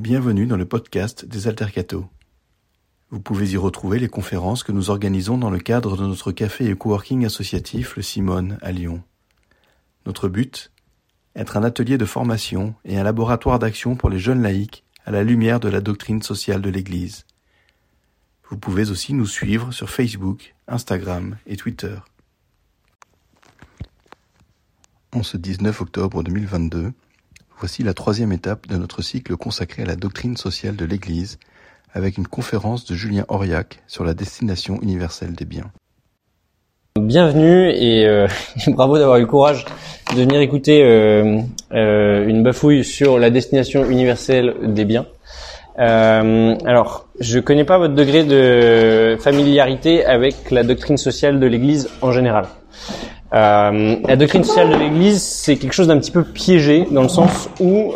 Bienvenue dans le podcast des Altercato. Vous pouvez y retrouver les conférences que nous organisons dans le cadre de notre café et coworking associatif Le Simone à Lyon. Notre but ? Être un atelier de formation et un laboratoire d'action pour les jeunes laïcs à la lumière de la doctrine sociale de l'Église. Vous pouvez aussi nous suivre sur Facebook, Instagram et Twitter. En ce 19 octobre 2022, voici la troisième étape de notre cycle consacré à la doctrine sociale de l'Église avec une conférence de Julien Auriac sur la destination universelle des biens. Bienvenue et bravo d'avoir eu le courage de venir écouter une bafouille sur la destination universelle des biens. Alors, je connais pas votre degré de familiarité avec la doctrine sociale de l'Église en général. La doctrine sociale de l'Église, c'est quelque chose d'un petit peu piégé dans le sens où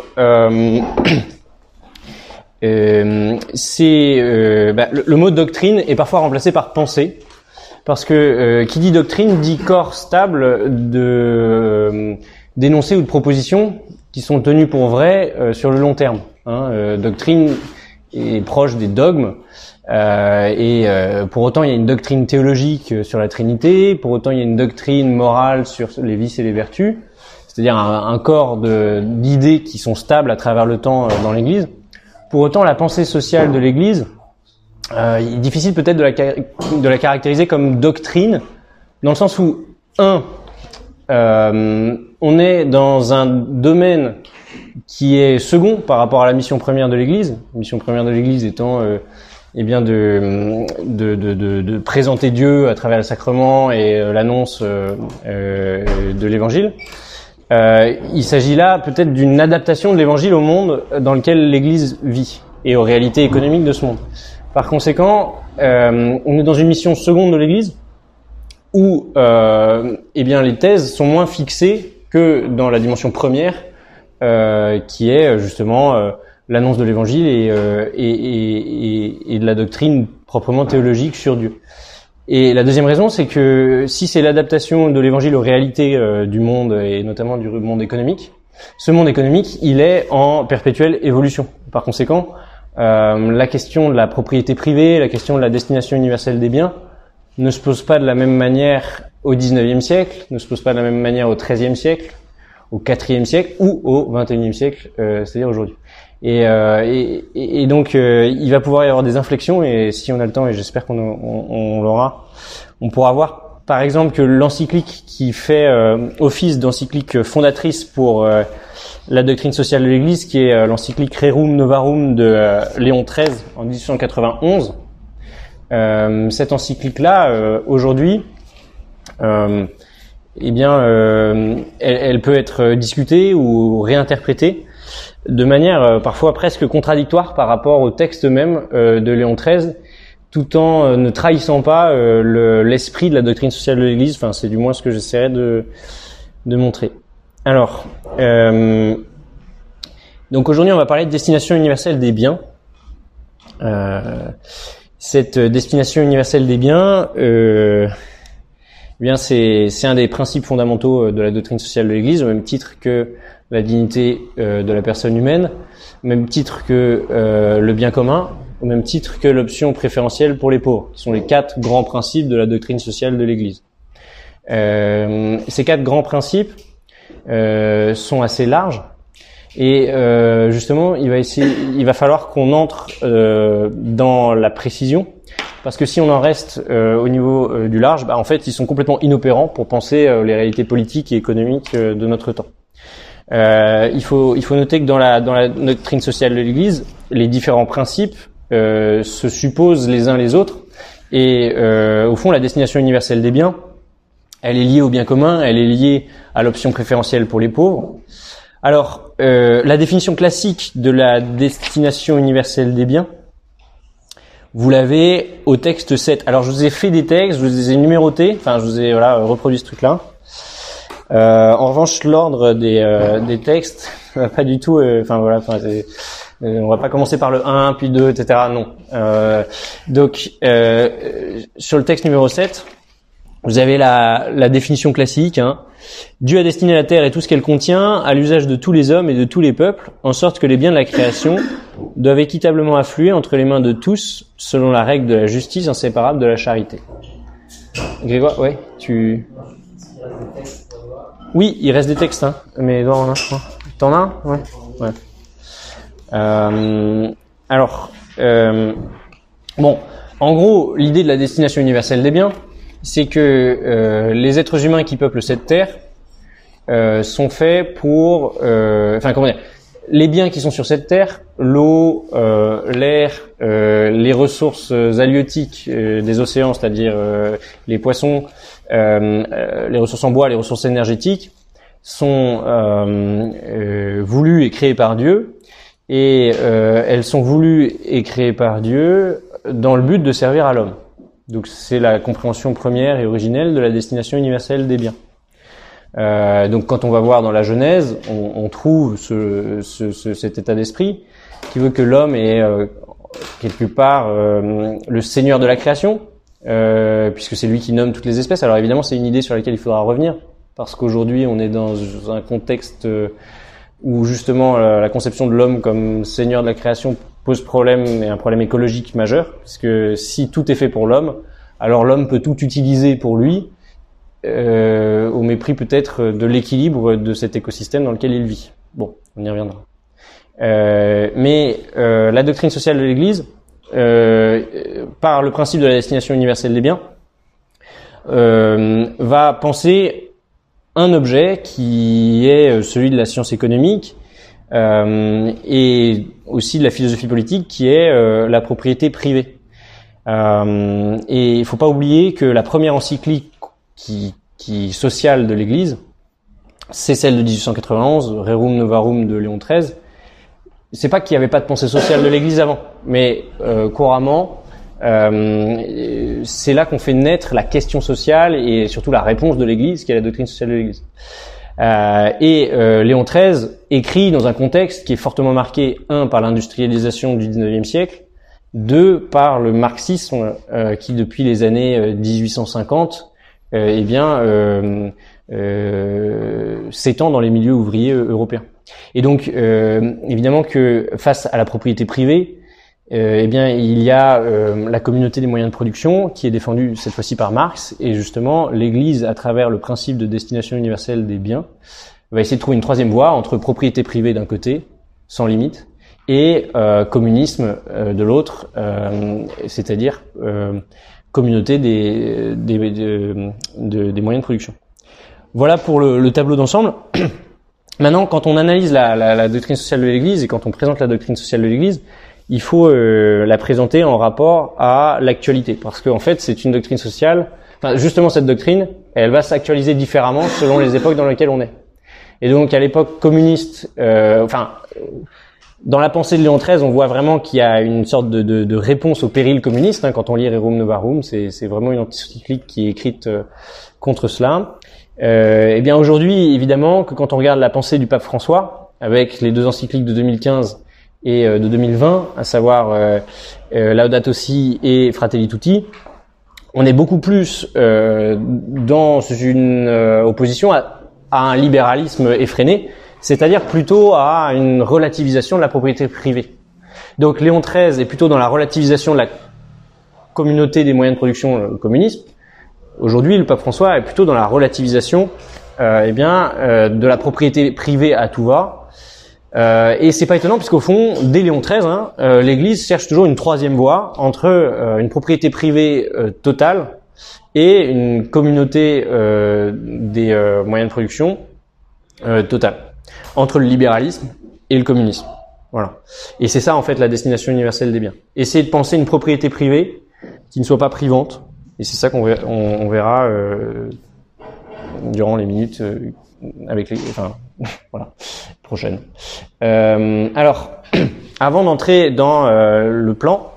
le mot doctrine est parfois remplacé par pensée. Parce que qui dit doctrine dit corps stable d'énoncés ou de propositions qui sont tenus pour vrais sur le long terme. Doctrine est proche des dogmes et pour autant il y a une doctrine théologique sur la Trinité, pour autant il y a une doctrine morale sur les vices et les vertus, c'est-à-dire un corps d'idées qui sont stables à travers le temps dans l'Église. Pour autant la pensée sociale de l'Église, il est difficile peut-être de la caractériser comme doctrine, dans le sens où, on est dans un domaine qui est second par rapport à la mission première de l'Église. La mission première de l'Église étant, de présenter Dieu à travers le sacrement et l'annonce de l'Évangile. Il s'agit là peut-être d'une adaptation de l'Évangile au monde dans lequel l'Église vit et aux réalités économiques de ce monde. Par conséquent, on est dans une mission seconde de l'Église où les thèses sont moins fixées que dans la dimension première qui est justement l'annonce de l'Évangile et de la doctrine proprement théologique sur Dieu. Et la deuxième raison, c'est que si c'est l'adaptation de l'Évangile aux réalités du monde et notamment du monde économique, ce monde économique, il est en perpétuelle évolution. Par conséquent, la question de la propriété privée, la question de la destination universelle des biens ne se pose pas de la même manière au XIXe siècle, ne se pose pas de la même manière au XIIIe siècle, au IVe siècle ou au XXIe siècle, c'est-à-dire aujourd'hui. Et donc il va pouvoir y avoir des inflexions et si on a le temps et j'espère qu'on l'aura, on pourra voir par exemple que l'encyclique qui fait office d'encyclique fondatrice pour la doctrine sociale de l'Église, qui est l'encyclique Rerum Novarum de Léon XIII en 1891. Cette encyclique-là, aujourd'hui, elle peut être discutée ou réinterprétée de manière parfois presque contradictoire par rapport au texte même de Léon XIII, tout en ne trahissant pas l'esprit de la doctrine sociale de l'Église. Enfin, c'est du moins ce que j'essaierai de montrer. Alors, donc aujourd'hui on va parler de destination universelle des biens. Cette destination universelle des biens, c'est un des principes fondamentaux de la doctrine sociale de l'Église, au même titre que la dignité de la personne humaine, au même titre que le bien commun, au même titre que l'option préférentielle pour les pauvres, qui sont les 4 grands principes de la doctrine sociale de l'Église. Ces 4 grands principes sont assez larges et justement il va falloir qu'on entre dans la précision parce que si on en reste au niveau du large, en fait ils sont complètement inopérants pour penser les réalités politiques et économiques de notre temps. Il faut noter que dans la doctrine sociale de l'Église, les différents principes se supposent les uns les autres et au fond la destination universelle des biens, elle est liée au bien commun, elle est liée à l'option préférentielle pour les pauvres. Alors, la définition classique de la destination universelle des biens, vous l'avez au texte 7. Alors, je vous ai fait des textes, je vous ai numérotés, je vous ai reproduit ce truc-là. En revanche, l'ordre des textes va pas du tout. On va pas commencer par le 1, puis 2, etc. Non. Donc, sur le texte numéro 7. Vous avez la définition classique, hein. Dieu a destiné la terre et tout ce qu'elle contient à l'usage de tous les hommes et de tous les peuples, en sorte que les biens de la création doivent équitablement affluer entre les mains de tous, selon la règle de la justice inséparable de la charité. Grégoire, ouais, Oui, il reste des textes, hein. Mais Edouard en a, je crois. T'en as un? Ouais. Alors, bon, en gros, l'idée de la destination universelle des biens, c'est que les êtres humains qui peuplent cette terre sont faits pour, comment dire, les biens qui sont sur cette terre, l'eau, l'air, les ressources halieutiques des océans, c'est-à-dire les poissons, les ressources en bois, les ressources énergétiques, sont voulues et créées par Dieu, et elles sont voulues et créées par Dieu dans le but de servir à l'homme. Donc c'est la compréhension première et originelle de la destination universelle des biens. Donc quand on va voir dans la Genèse, on trouve cet état d'esprit qui veut que l'homme est quelque part le seigneur de la création, puisque c'est lui qui nomme toutes les espèces. Alors évidemment, c'est une idée sur laquelle il faudra revenir, parce qu'aujourd'hui on est dans un contexte où justement la conception de l'homme comme seigneur de la création pose problème, et un problème écologique majeur, parce que si tout est fait pour l'homme, alors l'homme peut tout utiliser pour lui, au mépris peut-être de l'équilibre de cet écosystème dans lequel il vit. Bon, on y reviendra. Mais la doctrine sociale de l'Église, par le principe de la destination universelle des biens, va penser un objet qui est celui de la science économique, et aussi de la philosophie politique, qui est la propriété privée. Et il faut pas oublier que la première encyclique qui sociale de l'Église, c'est celle de 1891, Rerum Novarum de Léon XIII. C'est pas qu'il y avait pas de pensée sociale de l'Église avant, mais couramment, c'est là qu'on fait naître la question sociale et surtout la réponse de l'Église, qui est la doctrine sociale de l'Église. Léon XIII écrit dans un contexte qui est fortement marqué, 1, par l'industrialisation du XIXe siècle, 2, par le marxisme qui depuis les années 1850 s'étend dans les milieux ouvriers européens. Et donc évidemment que face à la propriété privée, il y a la communauté des moyens de production qui est défendue cette fois-ci par Marx, et justement l'Église, à travers le principe de destination universelle des biens, va essayer de trouver une troisième voie entre propriété privée d'un côté, sans limite, et communisme de l'autre, c'est-à-dire communauté des moyens de production. Voilà pour le tableau d'ensemble. Maintenant, quand on analyse la doctrine sociale de l'Église et quand on présente la doctrine sociale de l'Église, il faut la présenter en rapport à l'actualité, parce qu'en fait, c'est une doctrine sociale. Enfin, justement, cette doctrine, elle va s'actualiser différemment selon les époques dans lesquelles on est. Et donc, à l'époque communiste, dans la pensée de Léon XIII, on voit vraiment qu'il y a une sorte de réponse au péril communiste. Hein, quand on lit Rerum Novarum, c'est vraiment une encyclique qui est écrite contre cela. Aujourd'hui, évidemment, que quand on regarde la pensée du pape François, avec les deux encycliques de 2015 et de 2020, à savoir Laudato Si et Fratelli Tutti, on est beaucoup plus dans une opposition à un libéralisme effréné, c'est-à-dire plutôt à une relativisation de la propriété privée. Donc Léon XIII est plutôt dans la relativisation de la communauté des moyens de production, le communisme. Aujourd'hui, le pape François est plutôt dans la relativisation de la propriété privée à tout va. Et c'est pas étonnant, puisqu'au fond, dès Léon XIII, l'Église cherche toujours une troisième voie entre une propriété privée totale et une communauté des moyens de production totale, entre le libéralisme et le communisme. Voilà. Et c'est ça en fait la destination universelle des biens. Essayer de penser une propriété privée qui ne soit pas privante. Et c'est ça qu'on verra durant les minutes avec prochaines. Alors, avant d'entrer dans le plan,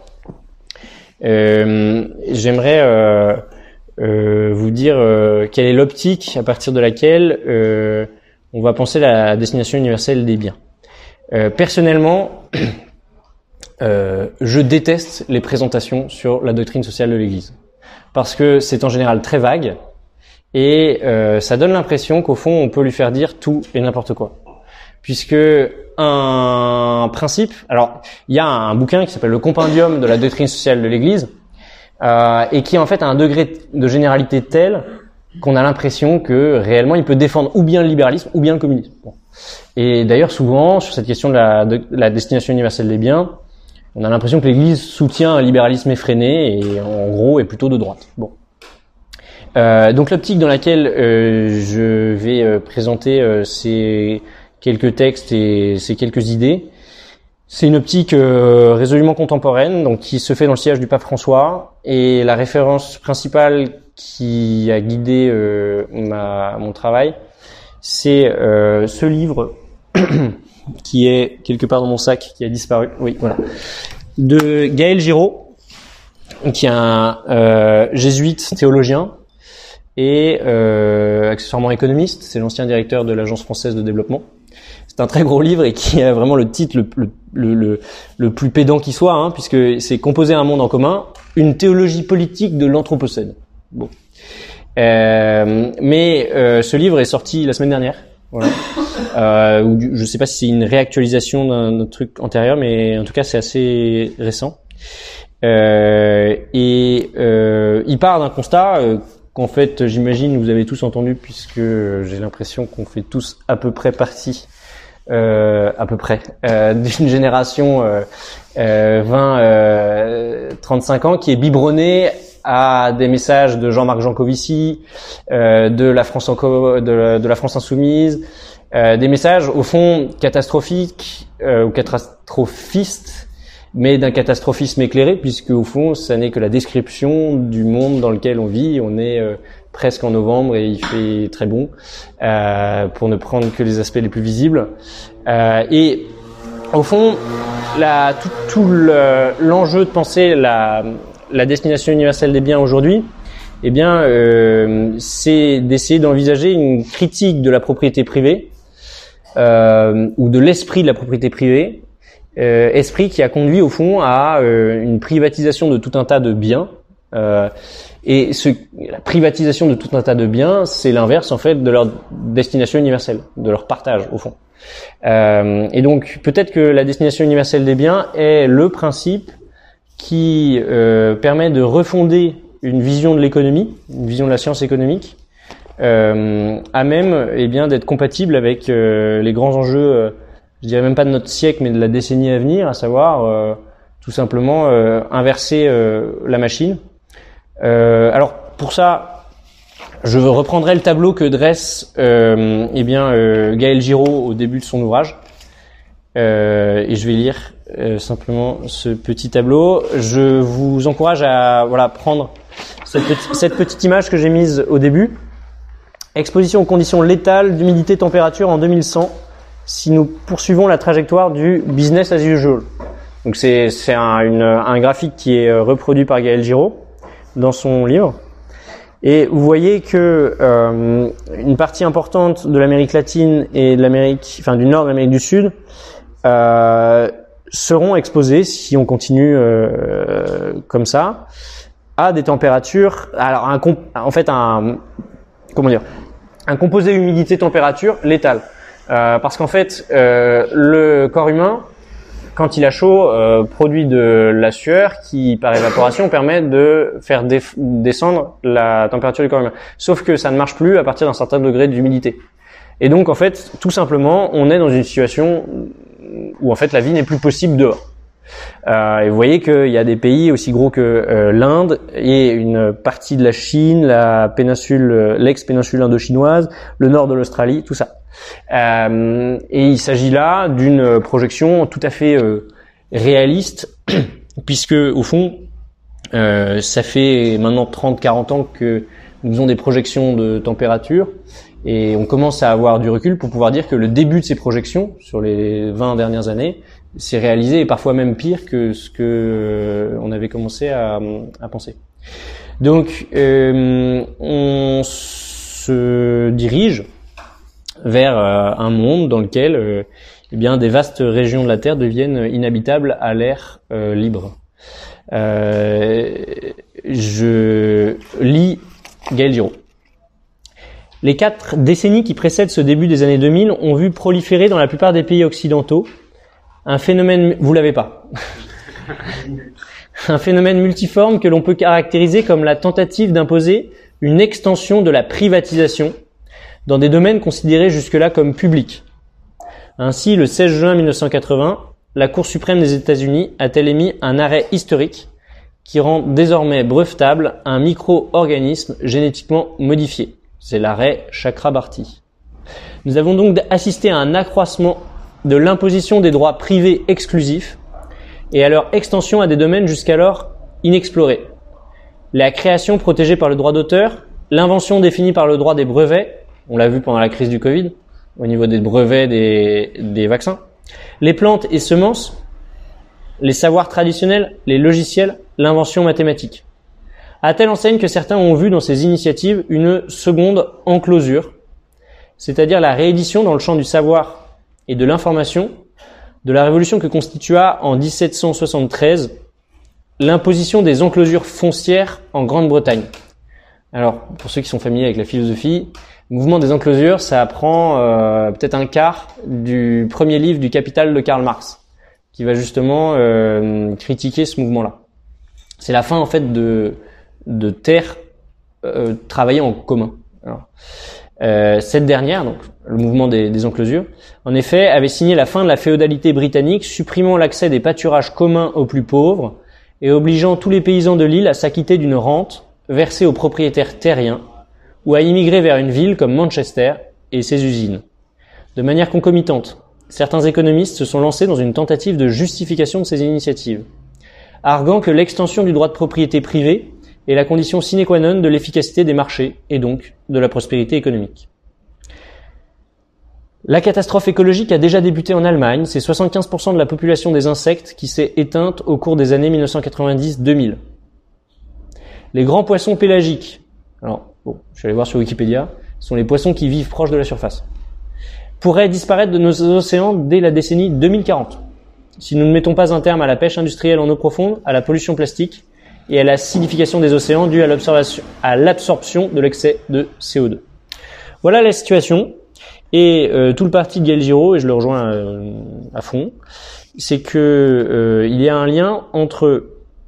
j'aimerais vous dire quelle est l'optique à partir de laquelle on va penser la destination universelle des biens. Personnellement, je déteste les présentations sur la doctrine sociale de l'Église, parce que c'est en général très vague, et ça donne l'impression qu'au fond on peut lui faire dire tout et n'importe quoi, puisque un principe, alors il y a un bouquin qui s'appelle le Compendium de la doctrine sociale de l'Église, et qui en fait a un degré de généralité tel qu'on a l'impression que réellement il peut défendre ou bien le libéralisme ou bien le communisme. Bon. Et d'ailleurs souvent sur cette question de la destination universelle des biens, on a l'impression que l'Église soutient un libéralisme effréné et en gros est plutôt de droite. Bon. Donc l'optique dans laquelle je vais présenter ces quelques textes et ces quelques idées, c'est une optique résolument contemporaine, donc qui se fait dans le sillage du pape François, et la référence principale qui a guidé mon travail, c'est ce livre qui est quelque part dans mon sac, qui a disparu. Oui, voilà, de Gaël Giraud, qui est un jésuite théologien et accessoirement économiste. C'est l'ancien directeur de l'Agence française de développement. C'est un très gros livre et qui a vraiment le titre le plus pédant qui soit, hein, puisque c'est Composer un monde en commun, une théologie politique de l'anthropocène. Bon. Mais ce livre est sorti la semaine dernière. Voilà. Je sais pas si c'est une réactualisation d'un truc antérieur, mais en tout cas c'est assez récent. Il part d'un constat qu'en fait, j'imagine, vous avez tous entendu, puisque j'ai l'impression qu'on fait tous à peu près partie, d'une génération 20-35 ans qui est biberonnée à des messages de Jean-Marc Jancovici, de la France insoumise, des messages au fond catastrophiques ou catastrophistes, mais d'un catastrophisme éclairé, puisque au fond, ça n'est que la description du monde dans lequel on vit. On est presque en novembre et il fait très bon, pour ne prendre que les aspects les plus visibles. Et au fond, l'enjeu de penser la destination universelle des biens aujourd'hui, eh bien, c'est d'essayer d'envisager une critique de la propriété privée, ou de l'esprit de la propriété privée, esprit qui a conduit au fond à une privatisation de tout un tas de biens. Et la privatisation de tout un tas de biens, c'est l'inverse en fait de leur destination universelle, de leur partage au fond. Et donc peut-être que la destination universelle des biens est le principe qui permet de refonder une vision de l'économie, une vision de la science économique, à même d'être compatible avec les grands enjeux, je dirais même pas de notre siècle, mais de la décennie à venir, à savoir tout simplement inverser la machine. Alors pour ça, je reprendrai le tableau que dresse Gaël Giraud au début de son ouvrage, et je vais lire simplement ce petit tableau. Je vous encourage à prendre cette petite image que j'ai mise au début. Exposition aux conditions létales d'humidité température en 2100 si nous poursuivons la trajectoire du business as usual. Donc c'est un graphique qui est reproduit par Gaël Giraud dans son livre. Et vous voyez que une partie importante de l'Amérique latine et de du nord de l'Amérique du Sud seront exposés, si on continue comme ça, à des températures. Alors un composé humidité-température létal. Parce qu'en fait, le corps humain, quand il a chaud, produit de la sueur qui, par évaporation, permet de faire descendre la température du corps humain. Sauf que ça ne marche plus à partir d'un certain degré d'humidité. Et donc, en fait, tout simplement, on est dans une situation où, en fait, la vie n'est plus possible dehors. Et vous voyez qu'il y a des pays aussi gros que l'Inde et une partie de la Chine, l'ex-péninsule indo-chinoise, le nord de l'Australie, tout ça. Et il s'agit là d'une projection tout à fait réaliste, puisque au fond, ça fait maintenant 30-40 ans que nous faisons des projections de température, et on commence à avoir du recul pour pouvoir dire que le début de ces projections, sur les 20 dernières années, s'est réalisé, et parfois même pire que ce que on avait commencé à penser. Donc, on se dirige vers un monde dans lequel des vastes régions de la Terre deviennent inhabitables à l'air libre. Je lis Gaël Giraud. Les 4 décennies qui précèdent ce début des années 2000 ont vu proliférer dans la plupart des pays occidentaux un phénomène, vous l'avez pas, un phénomène multiforme que l'on peut caractériser comme la tentative d'imposer une extension de la privatisation dans des domaines considérés jusque-là comme publics. Ainsi, le 16 juin 1980, la Cour suprême des États-Unis a-t-elle émis un arrêt historique qui rend désormais brevetable un micro-organisme génétiquement modifié. C'est l'arrêt Chakrabarty. Nous avons donc assisté à un accroissement de l'imposition des droits privés exclusifs et à leur extension à des domaines jusqu'alors inexplorés. La création protégée par le droit d'auteur, l'invention définie par le droit des brevets, on l'a vu pendant la crise du Covid, au niveau des brevets des vaccins, les plantes et semences, les savoirs traditionnels, les logiciels, l'invention mathématique. À telle enseigne que certains ont vu dans ces initiatives une seconde enclosure, c'est-à-dire la réédition dans le champ du savoir et de l'information de la révolution que constitua en 1773 l'imposition des enclosures foncières en Grande-Bretagne. Alors, pour ceux qui sont familiers avec la philosophie, le mouvement des enclosures, ça prend peut-être un quart du premier livre du Capital de Karl Marx, qui va justement critiquer ce mouvement-là. C'est la fin en fait de terre travaillée en commun. Alors, cette dernière, donc le mouvement des enclosures, en effet, avait signé la fin de la féodalité britannique, supprimant l'accès des pâturages communs aux plus pauvres et obligeant tous les paysans de l'île à s'acquitter d'une rente versée aux propriétaires terriens ou à immigrer vers une ville comme Manchester et ses usines. De manière concomitante, certains économistes se sont lancés dans une tentative de justification de ces initiatives, arguant que l'extension du droit de propriété privée est la condition sine qua non de l'efficacité des marchés et donc de la prospérité économique. La catastrophe écologique a déjà débuté en Allemagne, c'est 75% de la population des insectes qui s'est éteinte au cours des années 1990-2000. Les grands poissons pélagiques, alors bon, je suis allé voir sur Wikipédia, ce sont les poissons qui vivent proches de la surface, pourraient disparaître de nos océans dès la décennie 2040, si nous ne mettons pas un terme à la pêche industrielle en eau profonde, à la pollution plastique et à l'acidification des océans due à l'absorption de l'excès de CO2. Voilà la situation. Et tout le parti de Gaël Giraud, et je le rejoins à fond, c'est que il y a un lien entre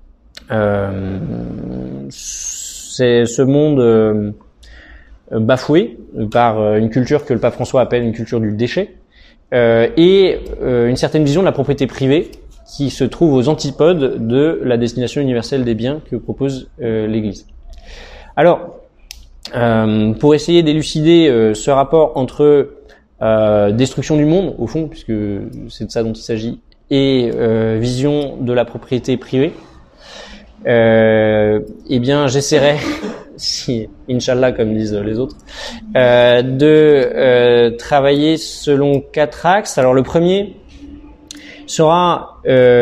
ce monde bafoué par une culture que le pape François appelle une culture du déchet, et une certaine vision de la propriété privée qui se trouve aux antipodes de la destination universelle des biens que propose l'Église. Alors, pour essayer d'élucider ce rapport entre destruction du monde, au fond, puisque c'est de ça dont il s'agit, et vision de la propriété privée, eh bien, j'essaierai, si Inch'Allah comme disent les autres, de travailler selon 4 axes. Alors, le premier sera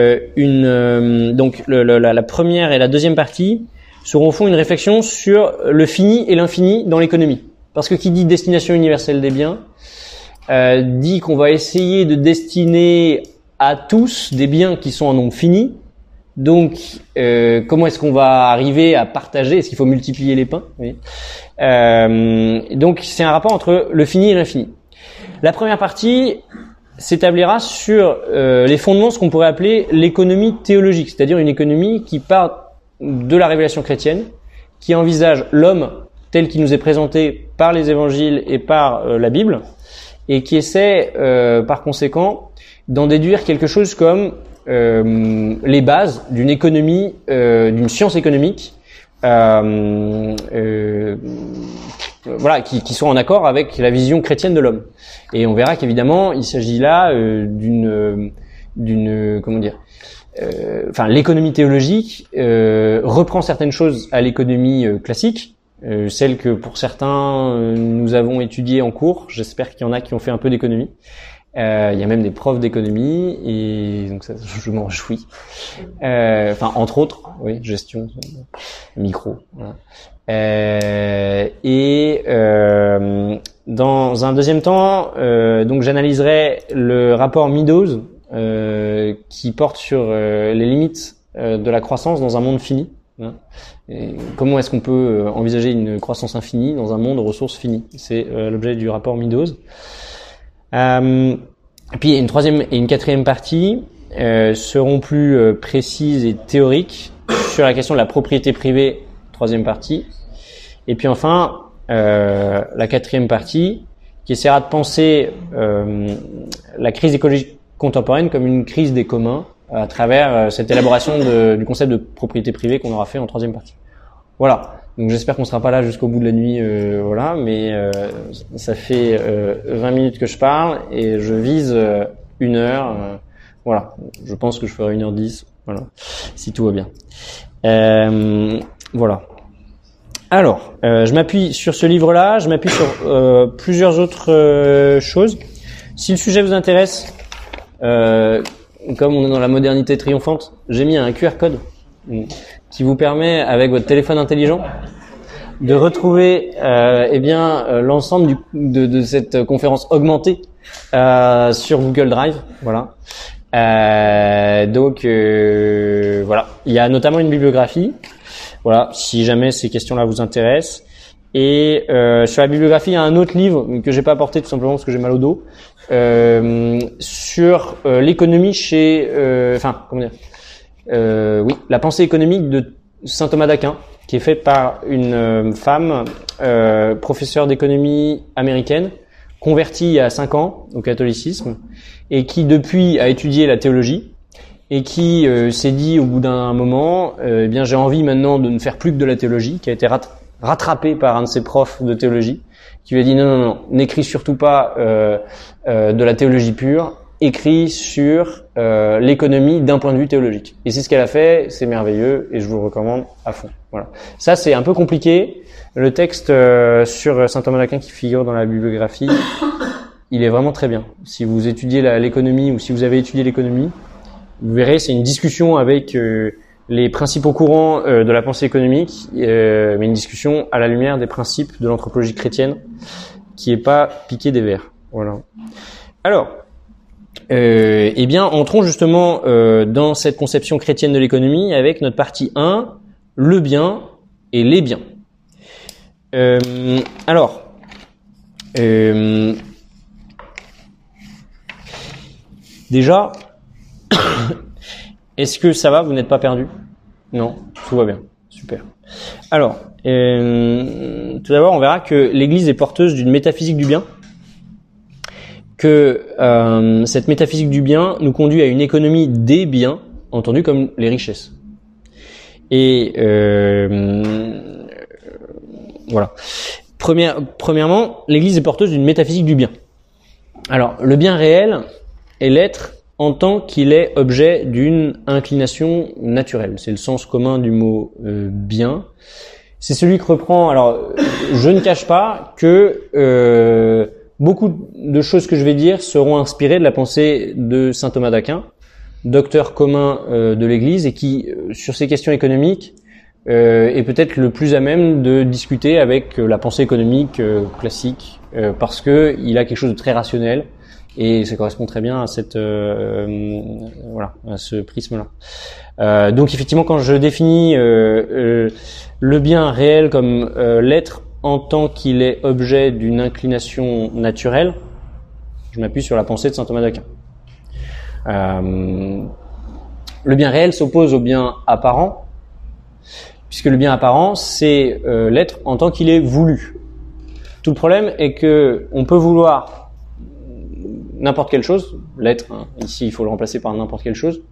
donc la première et la deuxième partie seront au fond une réflexion sur le fini et l'infini dans l'économie. Parce que qui dit destination universelle des biens dit qu'on va essayer de destiner à tous des biens qui sont en nombre fini. Donc, comment est-ce qu'on va arriver à partager? Est-ce qu'il faut multiplier les pains? Oui. Donc, c'est un rapport entre le fini et l'infini. La première partie s'établira sur les fondements, ce qu'on pourrait appeler l'économie théologique, c'est-à-dire une économie qui part de la révélation chrétienne, qui envisage l'homme tel qu'il nous est présenté par les évangiles et par la Bible, et qui essaie par conséquent d'en déduire quelque chose comme les bases d'une économie, d'une science économique, voilà, qui sont en accord avec la vision chrétienne de l'homme. Et on verra qu'évidemment, il s'agit là d'une comment dire, enfin, l'économie théologique reprend certaines choses à l'économie classique, celle que pour certains nous avons étudiée en cours. J'espère qu'il y en a qui ont fait un peu d'économie. Il y a même des profs d'économie et donc ça, je m'en réjouis. Enfin, entre autres, oui, gestion, micro. Voilà. Dans un deuxième temps, donc j'analyserai le rapport Meadows qui porte sur les limites de la croissance dans un monde fini. Hein. Et comment est-ce qu'on peut envisager une croissance infinie dans un monde aux ressources finies? C'est l'objet du rapport Meadows. Puis une troisième et une quatrième partie seront plus précises et théoriques sur la question de la propriété privée, troisième partie. Et puis enfin, la quatrième partie qui essaiera de penser la crise écologique contemporaine comme une crise des communs à travers cette élaboration du concept de propriété privée qu'on aura fait en troisième partie. Voilà. Donc j'espère qu'on sera pas là jusqu'au bout de la nuit, voilà. Mais ça fait 20 minutes que je parle et je vise 1 heure. Voilà. Je pense que je ferai 1h10. Voilà. Si tout va bien. Voilà. Alors, je m'appuie sur ce livre-là. Je m'appuie sur plusieurs autres choses. Si le sujet vous intéresse. Comme on est dans la modernité triomphante, j'ai mis un QR code qui vous permet, avec votre téléphone intelligent, de retrouver l'ensemble de cette conférence augmentée sur Google Drive. Voilà. Donc voilà, il y a notamment une bibliographie. Voilà, si jamais ces questions-là vous intéressent. Et sur la bibliographie, il y a un autre livre que j'ai pas apporté tout simplement parce que j'ai mal au dos. Sur l'économie chez la pensée économique de saint Thomas d'Aquin, qui est faite par une femme professeure d'économie américaine, convertie il y a 5 ans au catholicisme et qui depuis a étudié la théologie et qui s'est dit au bout d'un moment j'ai envie maintenant de ne faire plus que de la théologie, qui a été rattrapé par un de ses profs de théologie qui lui a dit non, n'écris surtout pas de la théologie pure, écris sur l'économie d'un point de vue théologique. Et c'est ce qu'elle a fait, c'est merveilleux et je vous le recommande à fond. Voilà. Ça c'est un peu compliqué. Le texte sur saint Thomas d'Aquin qui figure dans la bibliographie, il est vraiment très bien. Si vous étudiez l'économie ou si vous avez étudié l'économie, vous verrez, c'est une discussion avec les principaux courants de la pensée économique, mais une discussion à la lumière des principes de l'anthropologie chrétienne, qui est pas piqué des vers. Voilà. Alors, entrons justement dans cette conception chrétienne de l'économie avec notre partie 1, le bien et les biens. Déjà, est-ce que ça va? Vous n'êtes pas perdu? Non, tout va bien. Super. Alors, tout d'abord, on verra que l'Église est porteuse d'une métaphysique du bien, que cette métaphysique du bien nous conduit à une économie des biens, entendue comme les richesses. Et voilà. Premièrement, l'Église est porteuse d'une métaphysique du bien. Alors, le bien réel est l'être en tant qu'il est objet d'une inclination naturelle. C'est le sens commun du mot bien. C'est celui que reprend... Alors, je ne cache pas que beaucoup de choses que je vais dire seront inspirées de la pensée de saint Thomas d'Aquin, docteur commun de l'Église, et qui, sur ces questions économiques, est peut-être le plus à même de discuter avec la pensée économique classique, parce que il a quelque chose de très rationnel. Et ça correspond très bien à cette à ce prisme-là. Donc effectivement, quand je définis le bien réel comme l'être en tant qu'il est objet d'une inclination naturelle, je m'appuie sur la pensée de saint Thomas d'Aquin. Le bien réel s'oppose au bien apparent, puisque le bien apparent, c'est l'être en tant qu'il est voulu. Tout le problème est que on peut vouloir n'importe quelle chose, l'être, hein, ici il faut le remplacer par n'importe quelle chose,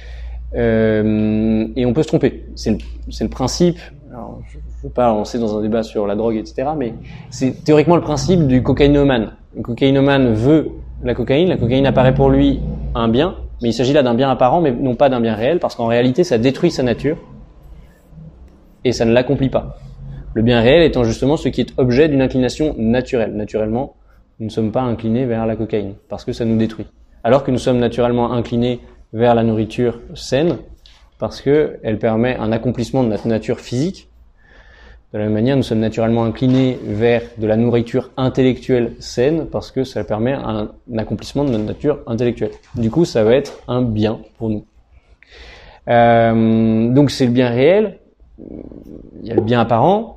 et on peut se tromper. C'est le principe, alors je ne veux pas lancer dans un débat sur la drogue, etc., mais c'est théoriquement le principe du cocaïnomane. Le cocaïnomane veut la cocaïne apparaît pour lui un bien, mais il s'agit là d'un bien apparent, mais non pas d'un bien réel, parce qu'en réalité ça détruit sa nature, et ça ne l'accomplit pas. Le bien réel étant justement ce qui est objet d'une inclination naturelle. Naturellement, nous ne sommes pas inclinés vers la cocaïne, parce que ça nous détruit. Alors que nous sommes naturellement inclinés vers la nourriture saine, parce que elle permet un accomplissement de notre nature physique. De la même manière, nous sommes naturellement inclinés vers de la nourriture intellectuelle saine, parce que ça permet un accomplissement de notre nature intellectuelle. Du coup, ça va être un bien pour nous. Donc c'est le bien réel, il y a le bien apparent.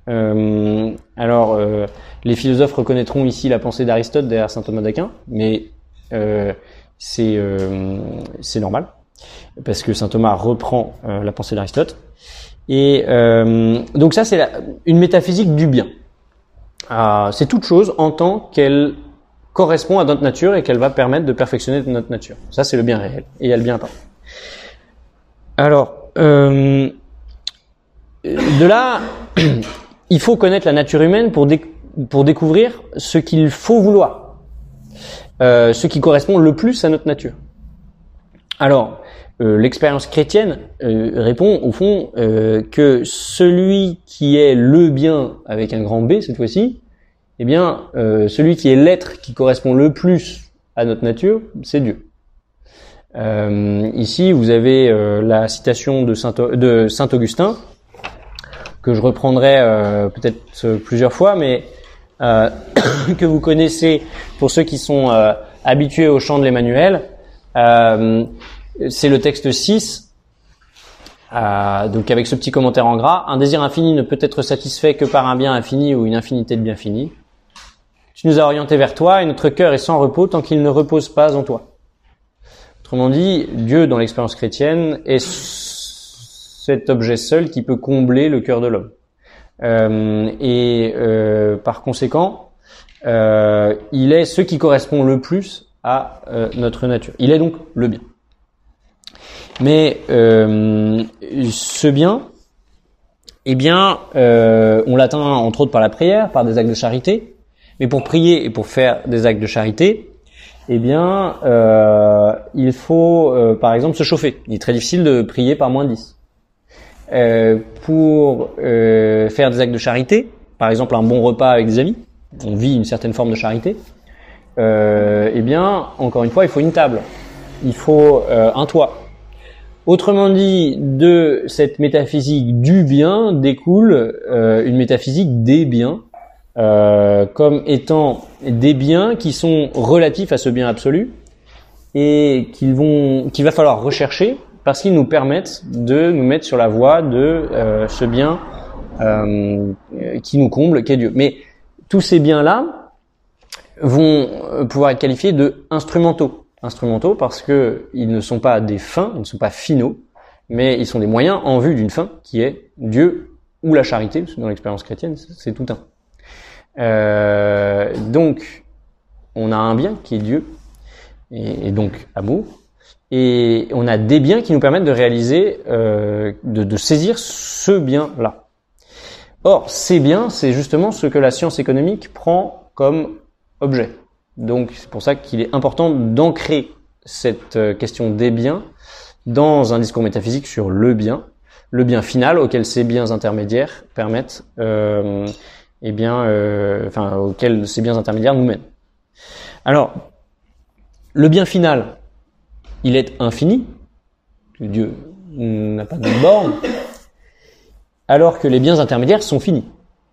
Les philosophes reconnaîtront ici la pensée d'Aristote derrière saint Thomas d'Aquin, mais c'est normal parce que saint Thomas reprend la pensée d'Aristote. Et donc ça, c'est une métaphysique du bien. C'est toute chose en tant qu'elle correspond à notre nature et qu'elle va permettre de perfectionner notre nature. Ça, c'est le bien réel. Et il y a le bien apparent. Alors, de là, il faut connaître la nature humaine pour découvrir ce qu'il faut vouloir, ce qui correspond le plus à notre nature. Alors, l'expérience chrétienne répond au fond que celui qui est le bien avec un grand B cette fois-ci, eh bien, celui qui est l'être qui correspond le plus à notre nature, c'est Dieu. Ici, vous avez la citation de saint Augustin que je reprendrai peut-être plusieurs fois, mais que vous connaissez pour ceux qui sont habitués au chant de l'Emmanuel. C'est le texte 6, donc avec ce petit commentaire en gras. Un désir infini ne peut être satisfait que par un bien infini ou une infinité de biens finis. Tu nous as orientés vers toi et notre cœur est sans repos tant qu'il ne repose pas en toi. Autrement dit, Dieu dans l'expérience chrétienne est cet objet seul qui peut combler le cœur de l'homme. Par conséquent, il est ce qui correspond le plus à notre nature. Il est donc le bien. Mais ce bien, eh bien, on l'atteint entre autres par la prière, par des actes de charité. Mais pour prier et pour faire des actes de charité, eh bien, il faut, par exemple, se chauffer. Il est très difficile de prier par moins de 10. Pour faire des actes de charité, par exemple un bon repas avec des amis, on vit une certaine forme de charité, eh bien, encore une fois, il faut une table, il faut un toit. Autrement dit, de cette métaphysique du bien découle une métaphysique des biens, comme étant des biens qui sont relatifs à ce bien absolu et qu'il va falloir rechercher parce qu'ils nous permettent de nous mettre sur la voie de ce bien qui nous comble, qui est Dieu. Mais tous ces biens-là vont pouvoir être qualifiés de instrumentaux. Instrumentaux parce que ils ne sont pas des fins, ils ne sont pas finaux, mais ils sont des moyens en vue d'une fin qui est Dieu ou la charité, parce que dans l'expérience chrétienne, c'est tout un. Donc, on a un bien qui est Dieu, et donc amour, et on a des biens qui nous permettent de réaliser, de saisir ce bien-là. Or, ces biens, c'est justement ce que la science économique prend comme objet. Donc, c'est pour ça qu'il est important d'ancrer cette question des biens dans un discours métaphysique sur le bien final auquel ces biens intermédiaires permettent, auquel ces biens intermédiaires nous mènent. Alors, le bien final, il est infini. Dieu n'a pas de borne. Alors que les biens intermédiaires sont finis.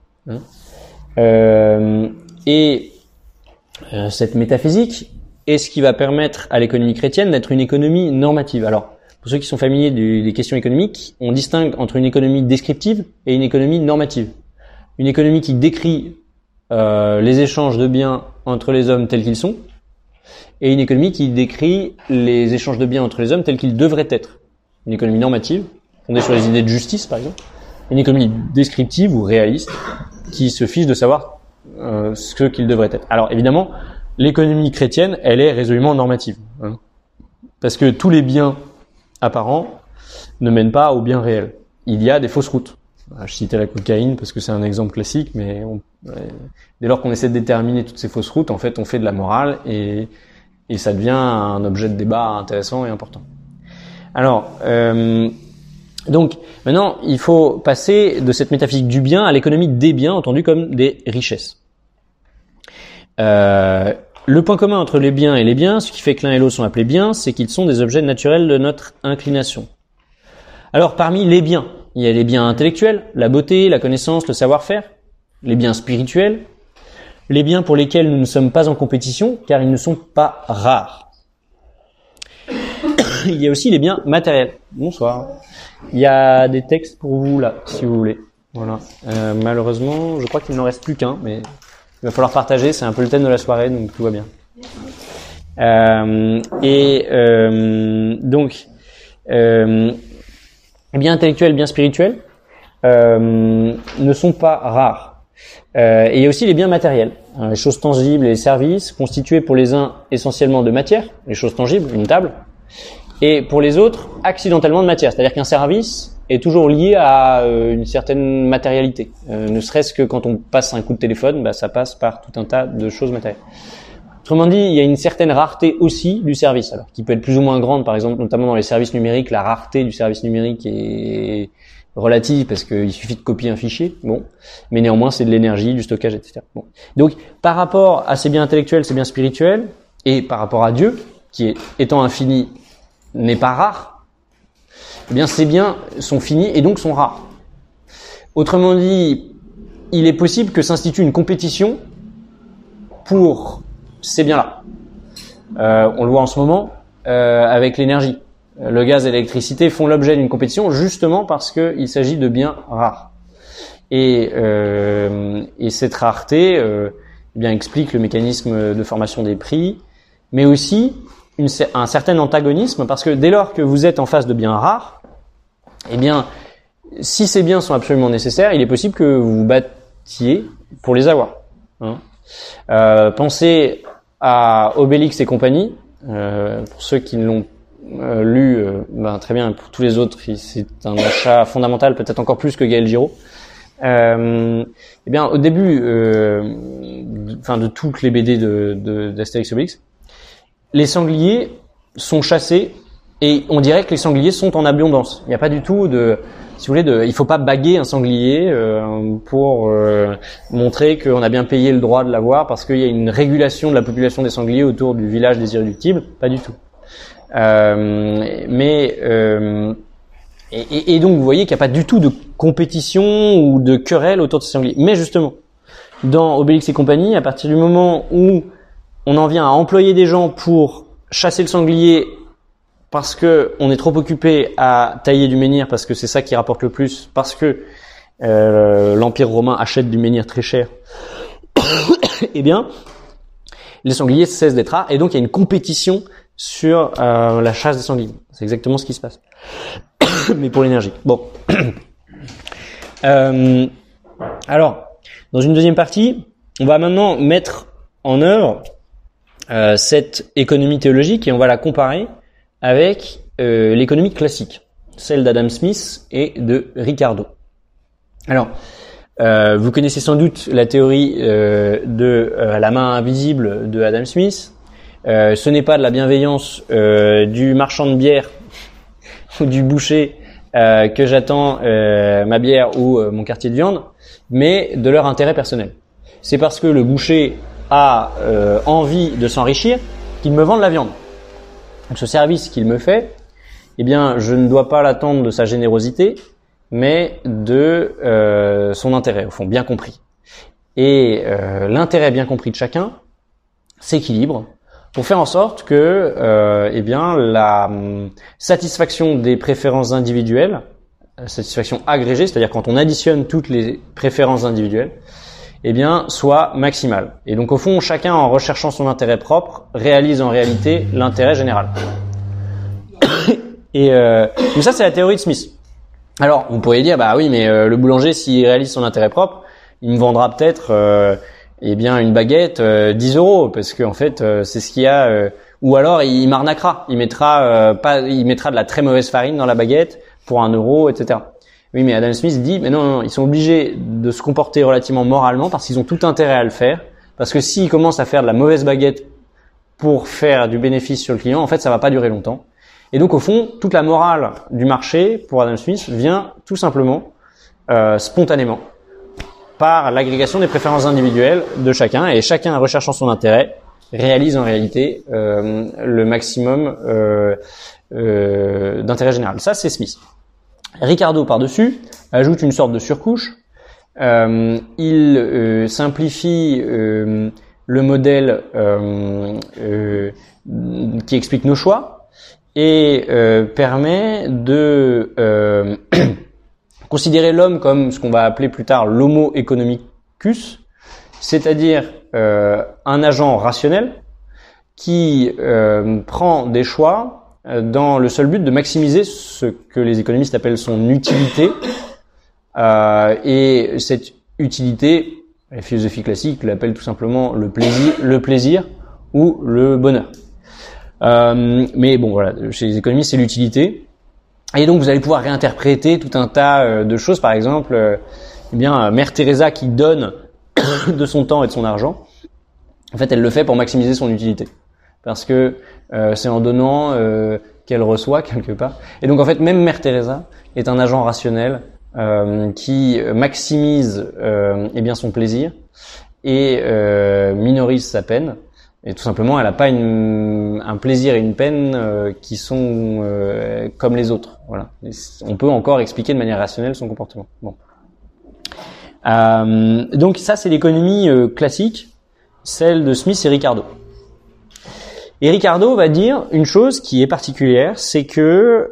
Cette métaphysique est ce qui va permettre à l'économie chrétienne d'être une économie normative. Alors, pour ceux qui sont familiers des questions économiques, on distingue entre une économie descriptive et une économie normative. Une économie qui décrit les échanges de biens entre les hommes tels qu'ils sont, et une économie qui décrit les échanges de biens entre les hommes tels qu'ils devraient être. Une économie normative, fondée sur les idées de justice, par exemple. Une économie descriptive ou réaliste, qui se fiche de savoir ce qu'ils devraient être. Alors évidemment, l'économie chrétienne, elle est résolument normative, parce que tous les biens apparents ne mènent pas au bien réel. Il y a des fausses routes. Je citais la cocaïne parce que c'est un exemple classique, mais dès lors qu'on essaie de déterminer toutes ces fausses routes, en fait, on fait de la morale et ça devient un objet de débat intéressant et important. Alors, donc maintenant, il faut passer de cette métaphysique du bien à l'économie des biens, entendu comme des richesses. Le point commun entre les biens et les biens, ce qui fait que l'un et l'autre sont appelés biens, c'est qu'ils sont des objets naturels de notre inclination. Alors, parmi les biens, il y a les biens intellectuels, la beauté, la connaissance, le savoir-faire, les biens spirituels, les biens pour lesquels nous ne sommes pas en compétition, car ils ne sont pas rares. il y a aussi les biens matériels. Bonsoir. Il y a des textes pour vous là, si vous voulez. Voilà. Malheureusement, je crois qu'il n'en reste plus qu'un, mais il va falloir partager. C'est un peu le thème de la soirée, donc tout va bien. Donc, les biens intellectuels, biens spirituels ne sont pas rares. Et il y a aussi les biens matériels, les choses tangibles et les services constitués pour les uns essentiellement de matière, les choses tangibles, une table, et pour les autres accidentellement de matière, c'est-à-dire qu'un service est toujours lié à une certaine matérialité. Ne serait-ce que quand on passe un coup de téléphone, ça passe par tout un tas de choses matérielles. Autrement dit, il y a une certaine rareté aussi du service, alors qui peut être plus ou moins grande, par exemple, notamment dans les services numériques, la rareté du service numérique est relative parce qu'il suffit de copier un fichier, bon, mais néanmoins c'est de l'énergie, du stockage, etc. Bon. Donc, par rapport à ces biens intellectuels, ces biens spirituels, et par rapport à Dieu, qui étant infini, n'est pas rare, eh bien ces biens sont finis et donc sont rares. Autrement dit, il est possible que s'institue une compétition pour ces biens-là. On le voit en ce moment avec l'énergie. Le gaz et l'électricité font l'objet d'une compétition justement parce qu'il s'agit de biens rares. Et cette rareté eh bien explique le mécanisme de formation des prix, mais aussi un certain antagonisme, parce que dès lors que vous êtes en face de biens rares, eh bien, si ces biens sont absolument nécessaires, il est possible que vous vous battiez pour les avoir. Pensez à Obélix et compagnie. Pour ceux qui ne l'ont lu, très bien. Pour tous les autres, c'est un achat fondamental, peut-être encore plus que Gaël Giraud. Eh bien, au début, de toutes les BD d'Astérix et Obélix, les sangliers sont chassés et on dirait que les sangliers sont en abondance. Il n'y a pas du tout il faut pas baguer un sanglier pour montrer qu'on a bien payé le droit de l'avoir parce qu'il y a une régulation de la population des sangliers autour du village des Irréductibles. Pas du tout. Et donc vous voyez qu'il n'y a pas du tout de compétition ou de querelle autour de ces sangliers. Mais justement, dans Obélix et compagnie, à partir du moment où on en vient à employer des gens pour chasser le sanglier parce que on est trop occupé à tailler du menhir, parce que c'est ça qui rapporte le plus, parce que l'Empire romain achète du menhir très cher, eh bien, les sangliers cessent d'être rares, et donc il y a une compétition sur la chasse des sangliers. C'est exactement ce qui se passe. Mais pour l'énergie. Bon. Alors, dans une deuxième partie, on va maintenant mettre en œuvre cette économie théologique et on va la comparer avec l'économie classique, celle d'Adam Smith et de Ricardo. Alors, vous connaissez sans doute la théorie de la main invisible de Adam Smith. Ce n'est pas de la bienveillance du marchand de bière ou du boucher que j'attends ma bière ou mon quartier de viande, mais de leur intérêt personnel. C'est parce que le boucher a envie de s'enrichir qu'il me vend de la viande. Donc ce service qu'il me fait, eh bien, je ne dois pas l'attendre de sa générosité, mais de son intérêt, au fond, bien compris. Et l'intérêt bien compris de chacun s'équilibre pour faire en sorte que eh bien, la satisfaction des préférences individuelles, satisfaction agrégée, c'est-à-dire quand on additionne toutes les préférences individuelles, eh bien, soit maximale. Et donc, au fond, chacun, en recherchant son intérêt propre, réalise en réalité l'intérêt général. Et donc ça, c'est la théorie de Smith. Alors, vous pourriez dire, bah oui, mais le boulanger, s'il réalise son intérêt propre, il me vendra peut-être, eh bien, une baguette 10 €, parce que en fait, c'est ce qu'il y a. Ou alors, il m'arnaquera. Il mettra de la très mauvaise farine dans la baguette pour 1 €, etc. Oui, mais Adam Smith dit, mais non, ils sont obligés de se comporter relativement moralement parce qu'ils ont tout intérêt à le faire. Parce que s'ils commencent à faire de la mauvaise baguette pour faire du bénéfice sur le client, en fait, ça va pas durer longtemps. Et donc, au fond, toute la morale du marché, pour Adam Smith, vient tout simplement, spontanément, par l'agrégation des préférences individuelles de chacun. Et chacun, recherchant son intérêt, réalise en réalité le maximum d'intérêt général. Ça, c'est Smith. Ricardo, par-dessus, ajoute une sorte de surcouche. Il simplifie le modèle qui explique nos choix et permet de considérer l'homme comme ce qu'on va appeler plus tard l'homo economicus, c'est-à-dire un agent rationnel qui prend des choix dans le seul but de maximiser ce que les économistes appellent son utilité, et cette utilité, la philosophie classique l'appelle tout simplement le plaisir ou le bonheur. Mais bon, voilà, chez les économistes, c'est l'utilité. Et donc, vous allez pouvoir réinterpréter tout un tas de choses. Par exemple, Mère Teresa qui donne de son temps et de son argent, en fait, elle le fait pour maximiser son utilité. Parce que c'est en donnant qu'elle reçoit quelque part. Et donc, en fait, même Mère Teresa est un agent rationnel qui maximise son plaisir et minorise sa peine. Et tout simplement, elle n'a pas un plaisir et une peine qui sont comme les autres. Voilà. Et on peut encore expliquer de manière rationnelle son comportement. Bon. Donc ça, c'est l'économie classique, celle de Smith et Ricardo. Et Ricardo va dire une chose qui est particulière, c'est que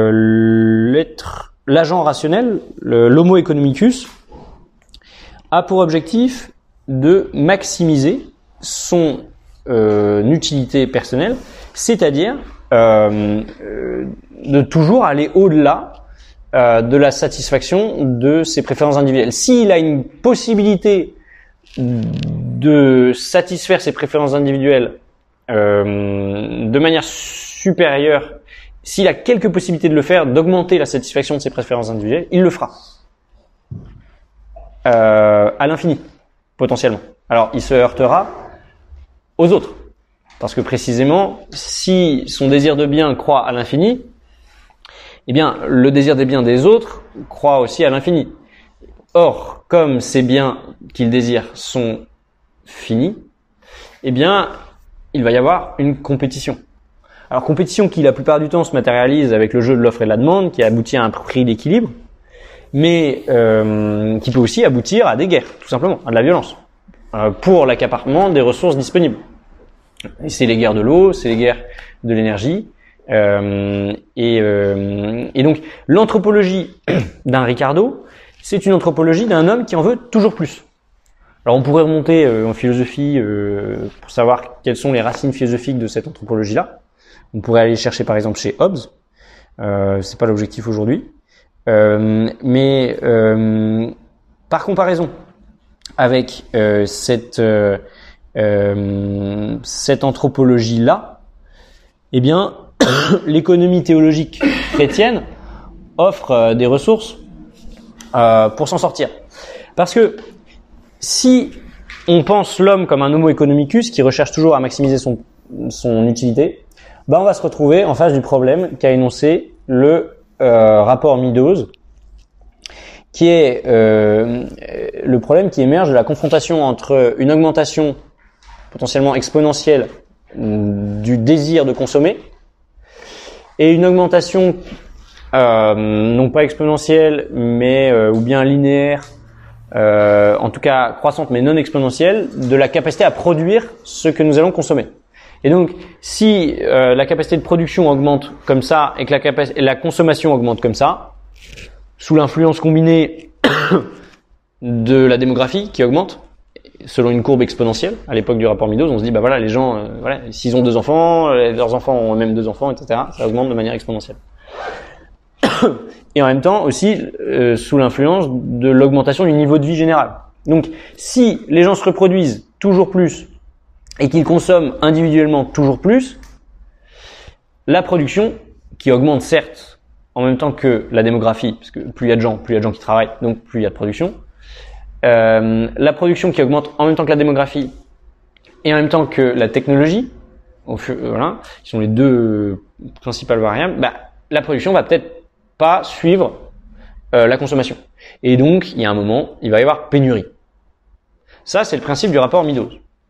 l'agent rationnel, l'homo economicus, a pour objectif de maximiser son utilité personnelle, c'est-à-dire de toujours aller au-delà de la satisfaction de ses préférences individuelles. S'il a une possibilité de satisfaire ses préférences individuelles de manière supérieure, s'il a quelques possibilités de le faire, d'augmenter la satisfaction de ses préférences individuelles, il le fera à l'infini, potentiellement. Alors, il se heurtera aux autres. Parce que précisément, si son désir de bien croît à l'infini, eh bien, le désir des biens des autres croît aussi à l'infini. Or, comme ces biens qu'il désire sont finis, eh bien, il va y avoir une compétition. Alors, compétition qui, la plupart du temps, se matérialise avec le jeu de l'offre et de la demande, qui aboutit à un prix d'équilibre, mais qui peut aussi aboutir à des guerres, tout simplement, à de la violence, pour l'accaparement des ressources disponibles. Et c'est les guerres de l'eau, c'est les guerres de l'énergie, et donc l'anthropologie d'un Ricardo, c'est une anthropologie d'un homme qui en veut toujours plus. Alors on pourrait remonter en philosophie pour savoir quelles sont les racines philosophiques de cette anthropologie-là. On pourrait aller chercher par exemple chez Hobbes, c'est pas l'objectif aujourd'hui, mais par comparaison avec cette anthropologie-là, eh bien, l'économie théologique chrétienne offre des ressources pour s'en sortir. Parce que si on pense l'homme comme un homo economicus qui recherche toujours à maximiser son utilité, ben on va se retrouver en face du problème qu'a énoncé le rapport Meadows, qui est le problème qui émerge de la confrontation entre une augmentation potentiellement exponentielle du désir de consommer et une augmentation non pas exponentielle mais ou bien linéaire, en tout cas croissante mais non exponentielle, de la capacité à produire ce que nous allons consommer. Et donc si la capacité de production augmente comme ça et que la consommation augmente comme ça, sous l'influence combinée de la démographie qui augmente selon une courbe exponentielle. À l'époque du rapport Meadows, on se dit, bah voilà, les gens, voilà, s'ils ont 2 enfants, leurs enfants ont même 2 enfants, etc. Ça augmente de manière exponentielle. Et en même temps aussi sous l'influence de l'augmentation du niveau de vie général. Donc, si les gens se reproduisent toujours plus et qu'ils consomment individuellement toujours plus, la production, qui augmente certes en même temps que la démographie, parce que plus il y a de gens qui travaillent, donc plus il y a de production. La production qui augmente en même temps que la démographie et en même temps que la technologie, voilà, qui sont les 2 principales variables, bah, la production va peut-être pas suivre la consommation. Et donc, il y a un moment, il va y avoir pénurie. Ça, c'est le principe du rapport Meadows.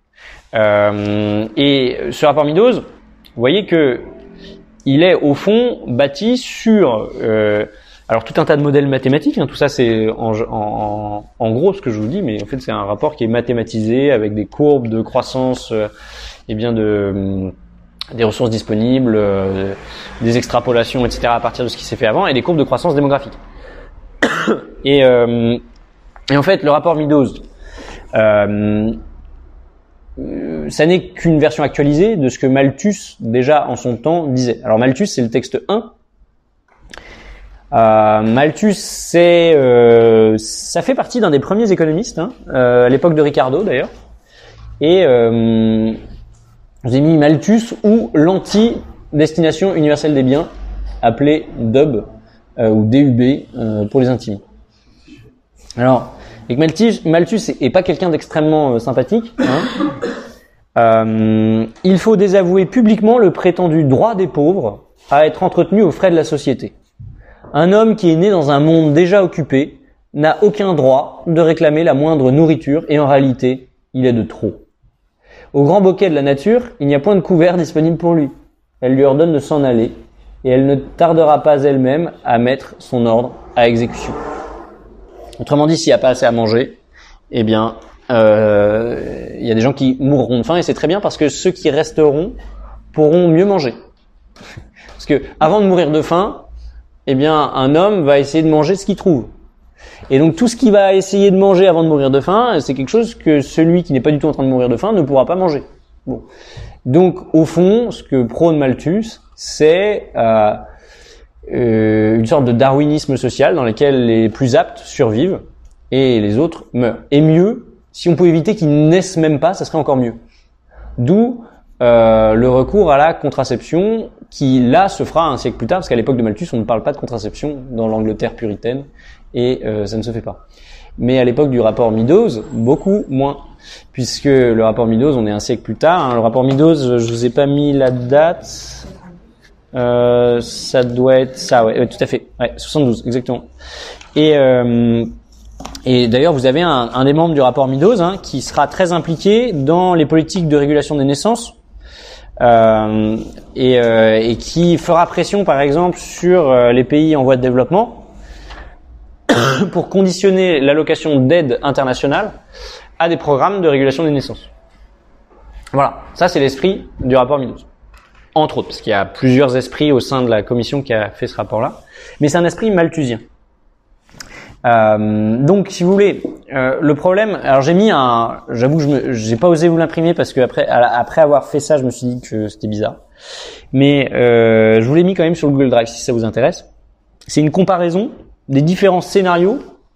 Et ce rapport Meadows, vous voyez que il est au fond bâti sur alors tout un tas de modèles mathématiques, hein, tout ça c'est en gros ce que je vous dis, mais en fait c'est un rapport qui est mathématisé avec des courbes de croissance de des ressources disponibles, des extrapolations, etc. à partir de ce qui s'est fait avant, et des courbes de croissance démographique. Et en fait, le rapport Meadows, ça n'est qu'une version actualisée de ce que Malthus, déjà en son temps, disait. Alors Malthus, c'est le texte 1. Malthus, ça fait partie d'un des premiers économistes, à l'époque de Ricardo d'ailleurs. Et je vous ai mis Malthus ou l'anti-destination universelle des biens, appelé DUB ou DUB pour les intimes. Alors, et que Malthus est pas quelqu'un d'extrêmement sympathique. Il faut désavouer publiquement le prétendu droit des pauvres à être entretenu aux frais de la société. Un homme qui est né dans un monde déjà occupé n'a aucun droit de réclamer la moindre nourriture et en réalité, il est de trop. Au grand bouquet de la nature, il n'y a point de couvert disponible pour lui. Elle lui ordonne de s'en aller et elle ne tardera pas elle-même à mettre son ordre à exécution. Autrement dit, s'il n'y a pas assez à manger, eh bien, il y a des gens qui mourront de faim et c'est très bien parce que ceux qui resteront pourront mieux manger. Parce que avant de mourir de faim, eh bien, un homme va essayer de manger ce qu'il trouve. Et donc, tout ce qu'il va essayer de manger avant de mourir de faim, c'est quelque chose que celui qui n'est pas du tout en train de mourir de faim ne pourra pas manger. Bon. Donc, au fond, ce que prône Malthus, c'est une sorte de darwinisme social dans lequel les plus aptes survivent et les autres meurent. Et mieux, si on pouvait éviter qu'ils naissent même pas, ça serait encore mieux. D'où le recours à la contraception qui, là, se fera un siècle plus tard, parce qu'à l'époque de Malthus, on ne parle pas de contraception dans l'Angleterre puritaine, et ça ne se fait pas. Mais à l'époque du rapport Meadows, beaucoup moins, puisque le rapport Meadows, on est un siècle plus tard. Le rapport Meadows, je vous ai pas mis la date, ça doit être ça, ouais, tout à fait, ouais, 72, exactement. Et d'ailleurs, vous avez un des membres du rapport Meadows qui sera très impliqué dans les politiques de régulation des naissances. Et qui fera pression, par exemple, sur les pays en voie de développement pour conditionner l'allocation d'aide internationale à des programmes de régulation des naissances. Voilà, ça c'est l'esprit du rapport Meadows. Entre autres, parce qu'il y a plusieurs esprits au sein de la commission qui a fait ce rapport-là, mais c'est un esprit malthusien. Donc, si vous voulez, le problème. Alors, j'ai mis j'avoue que j'ai pas osé vous l'imprimer parce que après avoir fait ça, je me suis dit que c'était bizarre. Mais je vous l'ai mis quand même sur le Google Drive si ça vous intéresse. C'est une comparaison des différents scénarios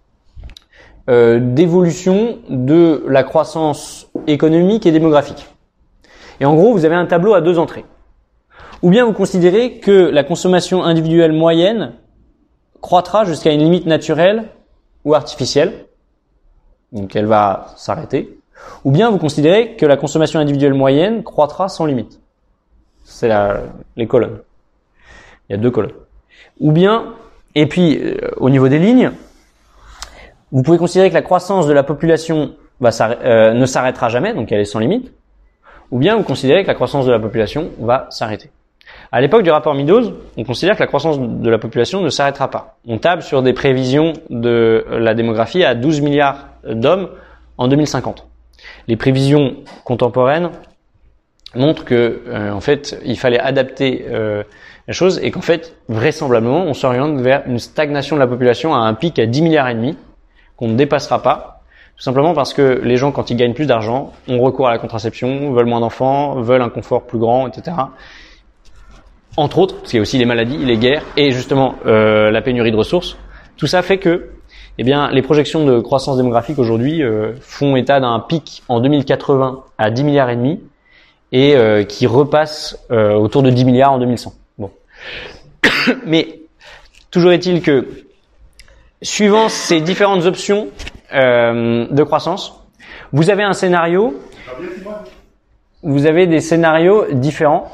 d'évolution de la croissance économique et démographique. Et en gros, vous avez un tableau à deux entrées. Ou bien vous considérez que la consommation individuelle moyenne croîtra jusqu'à une limite naturelle ou artificielle, donc elle va s'arrêter, ou bien vous considérez que la consommation individuelle moyenne croîtra sans limite. C'est les colonnes. Il y a deux colonnes. Ou bien, et puis au niveau des lignes, vous pouvez considérer que la croissance de la population ne s'arrêtera jamais, donc elle est sans limite, ou bien vous considérez que la croissance de la population va s'arrêter. À l'époque du rapport Meadows, on considère que la croissance de la population ne s'arrêtera pas. On table sur des prévisions de la démographie à 12 milliards d'hommes en 2050. Les prévisions contemporaines montrent que, en fait, il fallait adapter la chose et qu'en fait, vraisemblablement, on s'oriente vers une stagnation de la population à un pic à 10 milliards et demi qu'on ne dépassera pas, tout simplement parce que les gens, quand ils gagnent plus d'argent, ont recours à la contraception, veulent moins d'enfants, veulent un confort plus grand, etc. Entre autres, parce qu'il y a aussi les maladies, les guerres et justement la pénurie de ressources. Tout ça fait que, eh bien, les projections de croissance démographique aujourd'hui font état d'un pic en 2080 à 10 milliards et demi et qui repasse autour de 10 milliards en 2100. Bon, mais toujours est-il que suivant ces différentes options de croissance, vous avez un scénario, vous avez des scénarios différents.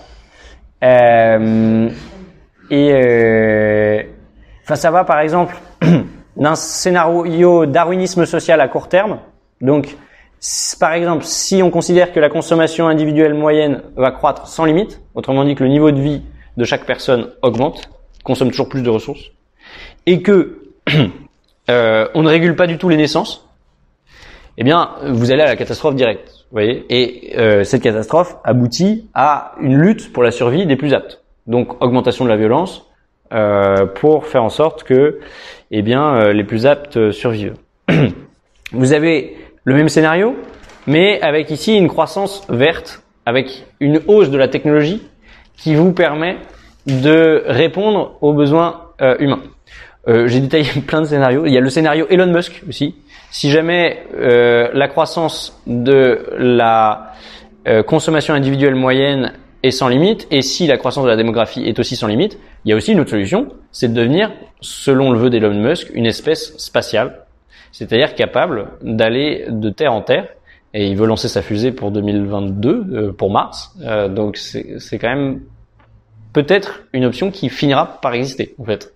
Ça va par exemple d'un scénario darwinisme social à court terme. Donc, par exemple, si on considère que la consommation individuelle moyenne va croître sans limite, autrement dit que le niveau de vie de chaque personne augmente, consomme toujours plus de ressources, et que on ne régule pas du tout les naissances, eh bien, vous allez à la catastrophe directe. Vous voyez, et cette catastrophe aboutit à une lutte pour la survie des plus aptes. Donc, augmentation de la violence pour faire en sorte que, eh bien, les plus aptes survivent. Vous avez le même scénario, mais avec ici une croissance verte, avec une hausse de la technologie qui vous permet de répondre aux besoins humains. J'ai détaillé plein de scénarios. Il y a le scénario Elon Musk aussi. Si jamais la croissance de la consommation individuelle moyenne est sans limite, et si la croissance de la démographie est aussi sans limite, il y a aussi une autre solution, c'est de devenir, selon le vœu d'Elon Musk, une espèce spatiale, c'est-à-dire capable d'aller de Terre en Terre, et il veut lancer sa fusée pour 2022, pour Mars, donc c'est quand même peut-être une option qui finira par exister, en fait.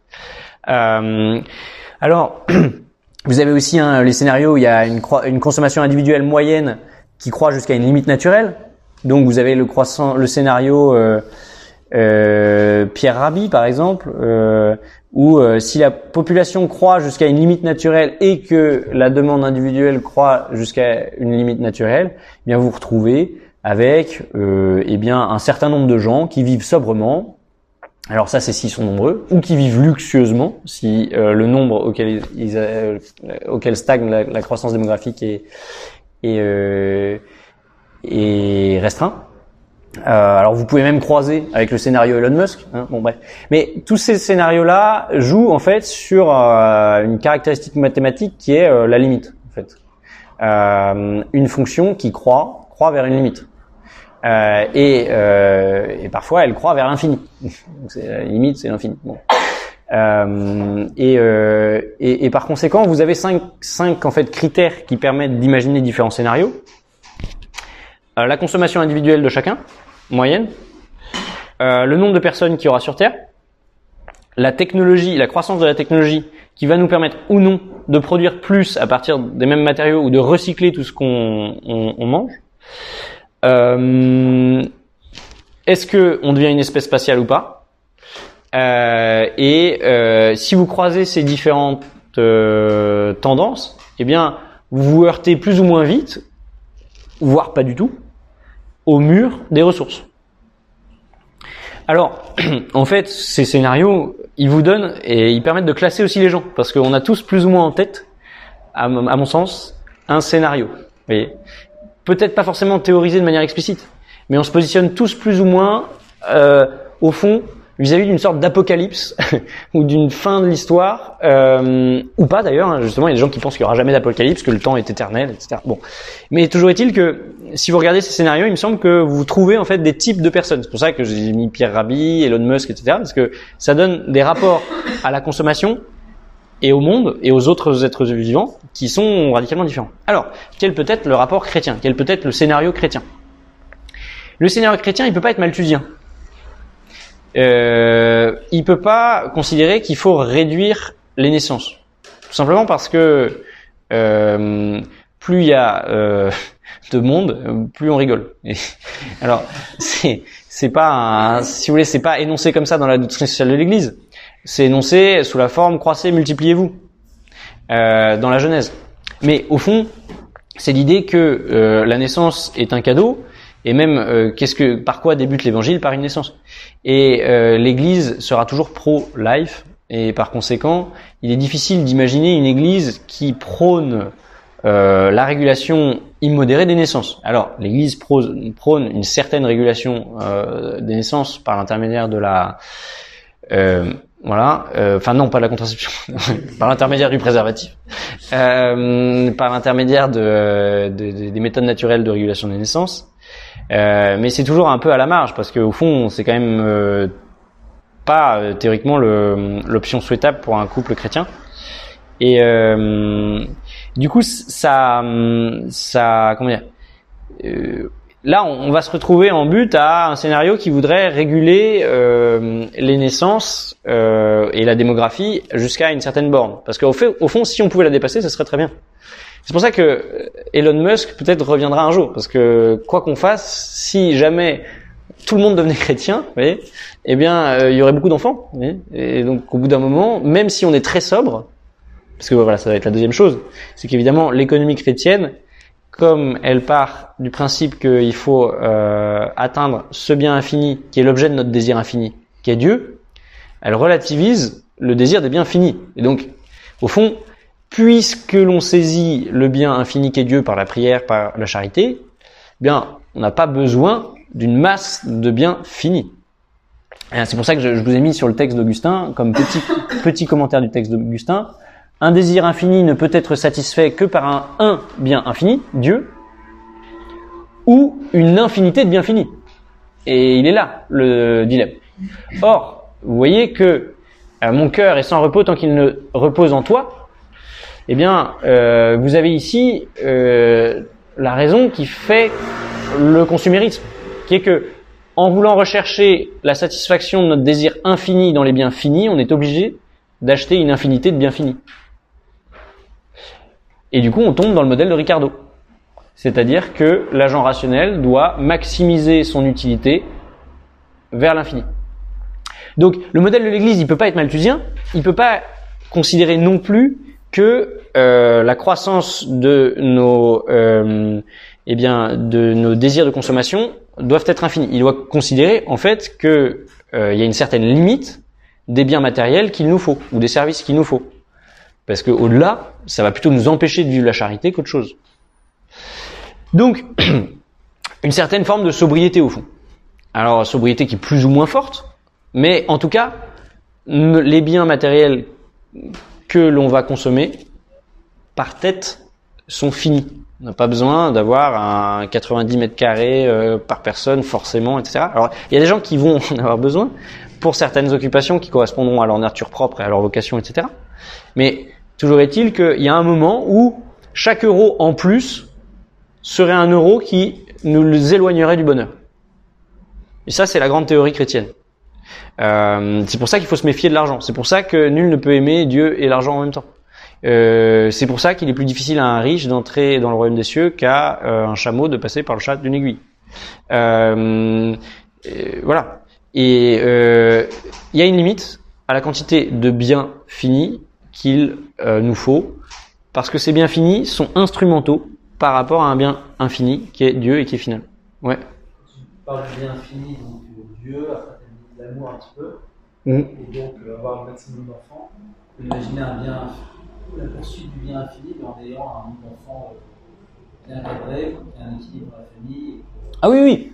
Alors, vous avez aussi les scénarios où il y a une consommation individuelle moyenne qui croît jusqu'à une limite naturelle. Donc vous avez le scénario Pierre Rabhi par exemple, où si la population croît jusqu'à une limite naturelle et que la demande individuelle croît jusqu'à une limite naturelle, eh bien vous vous retrouvez avec eh bien un certain nombre de gens qui vivent sobrement. Alors ça, c'est s'ils sont nombreux, ou qui vivent luxueusement, si le nombre auquel stagne la croissance démographique est restreint. Alors vous pouvez même croiser avec le scénario Elon Musk. Hein, bon bref, mais tous ces scénarios-là jouent en fait sur une caractéristique mathématique qui est la limite. En fait, une fonction qui croît vers une limite. Et parfois elle croît vers l'infini. Donc la limite, c'est l'infini. Bon. Et par conséquent, vous avez cinq en fait critères qui permettent d'imaginer différents scénarios. La consommation individuelle de chacun, moyenne. Le nombre de personnes qu'il y aura sur Terre. La technologie, la croissance de la technologie qui va nous permettre ou non de produire plus à partir des mêmes matériaux ou de recycler tout ce qu'on mange. Est-ce que on devient une espèce spatiale ou pas? Si vous croisez ces différentes tendances, eh bien, vous vous heurtez plus ou moins vite, voire pas du tout, au mur des ressources. Alors, en fait, ces scénarios, ils vous donnent et ils permettent de classer aussi les gens, parce qu'on a tous plus ou moins en tête, à mon sens, un scénario. Vous voyez, peut-être pas forcément théorisé de manière explicite, mais on se positionne tous plus ou moins, au fond, vis-à-vis d'une sorte d'apocalypse ou d'une fin de l'histoire, ou pas d'ailleurs. Hein, justement, il y a des gens qui pensent qu'il y aura jamais d'apocalypse, que le temps est éternel, etc. Bon, mais toujours est-il que si vous regardez ces scénarios, il me semble que vous trouvez en fait des types de personnes. C'est pour ça que j'ai mis Pierre Rabhi, Elon Musk, etc. Parce que ça donne des rapports à la consommation et au monde et aux autres êtres vivants qui sont radicalement différents. Alors, quel peut être le rapport chrétien? Quel peut être le scénario chrétien? Le scénario chrétien, il peut pas être malthusien. Il peut pas considérer qu'il faut réduire les naissances. Tout simplement parce que plus il y a de monde, plus on rigole. Alors, c'est pas si vous voulez, c'est pas énoncé comme ça dans la doctrine sociale de l'Église. C'est énoncé sous la forme croissez, multipliez-vous dans la Genèse. Mais au fond, c'est l'idée que la naissance est un cadeau. Et même, par quoi débute l'évangile? Par une naissance. Et l'Église sera toujours pro-life, et par conséquent, il est difficile d'imaginer une Église qui prône la régulation immodérée des naissances. Alors, l'Église prône une certaine régulation des naissances par l'intermédiaire de la, enfin non, pas de la contraception, par l'intermédiaire du préservatif, par l'intermédiaire des méthodes naturelles de régulation des naissances. Mais c'est toujours un peu à la marge parce qu'au fond c'est quand même pas théoriquement l'option souhaitable pour un couple chrétien. Et du coup ça comment dire, là on va se retrouver en but à un scénario qui voudrait réguler les naissances et la démographie jusqu'à une certaine borne, parce qu'au fond si on pouvait la dépasser ça serait très bien. C'est pour ça que Elon Musk peut-être reviendra un jour, parce que quoi qu'on fasse, si jamais tout le monde devenait chrétien, vous voyez, eh bien il y aurait beaucoup d'enfants, vous voyez, et donc au bout d'un moment, même si on est très sobre, parce que voilà, ça va être la deuxième chose, c'est qu'évidemment l'économie chrétienne comme elle part du principe qu'il faut atteindre ce bien infini qui est l'objet de notre désir infini, qui est Dieu, elle relativise le désir des biens finis. Et donc, au fond, puisque l'on saisit le bien infini qu'est Dieu par la prière, par la charité, eh bien, on n'a pas besoin d'une masse de biens finis. Et c'est pour ça que je vous ai mis sur le texte d'Augustin, comme petit commentaire du texte d'Augustin. Un désir infini ne peut être satisfait que par un bien infini, Dieu, ou une infinité de biens finis. Et il est là, le dilemme. Or, vous voyez que mon cœur est sans repos tant qu'il ne repose en toi. Eh bien, vous avez ici la raison qui fait le consumérisme, qui est que, en voulant rechercher la satisfaction de notre désir infini dans les biens finis, on est obligé d'acheter une infinité de biens finis. Et du coup, on tombe dans le modèle de Ricardo. C'est-à-dire que l'agent rationnel doit maximiser son utilité vers l'infini. Donc, le modèle de l'Église, il peut pas être malthusien. Il peut pas considérer non plus que la croissance de nos désirs de consommation doivent être infinis. Il doit considérer en fait que il y a une certaine limite des biens matériels qu'il nous faut ou des services qu'il nous faut. Parce que au-delà, ça va plutôt nous empêcher de vivre la charité qu'autre chose. Donc, une certaine forme de sobriété au fond. Alors, sobriété qui est plus ou moins forte, mais en tout cas, les biens matériels que l'on va consommer par tête sont finis. On n'a pas besoin d'avoir un 90 mètres carrés par personne forcément, etc. Alors, il y a des gens qui vont en avoir besoin pour certaines occupations qui correspondront à leur nature propre et à leur vocation, etc. Mais toujours est-il qu'il y a un moment où chaque euro en plus serait un euro qui nous éloignerait du bonheur. Et ça, c'est la grande théorie chrétienne. C'est pour ça qu'il faut se méfier de l'argent. C'est pour ça que nul ne peut aimer Dieu et l'argent en même temps. C'est pour ça qu'il est plus difficile à un riche d'entrer dans le royaume des cieux qu'à un chameau de passer par le chat d'une aiguille. Voilà. Et il y a une limite à la quantité de biens finis qu'il nous faut, parce que ces biens finis sont instrumentaux par rapport à un bien infini qui est Dieu et qui est final. Ouais. Tu parles du bien infini, donc Dieu, après tu as dit l'amour un petit peu, et donc avoir le maximum d'enfants. Imaginez un bien, la poursuite du bien infini, mais en ayant un nombre d'enfants bien cadré, un équilibre dans la famille. Ah oui, oui.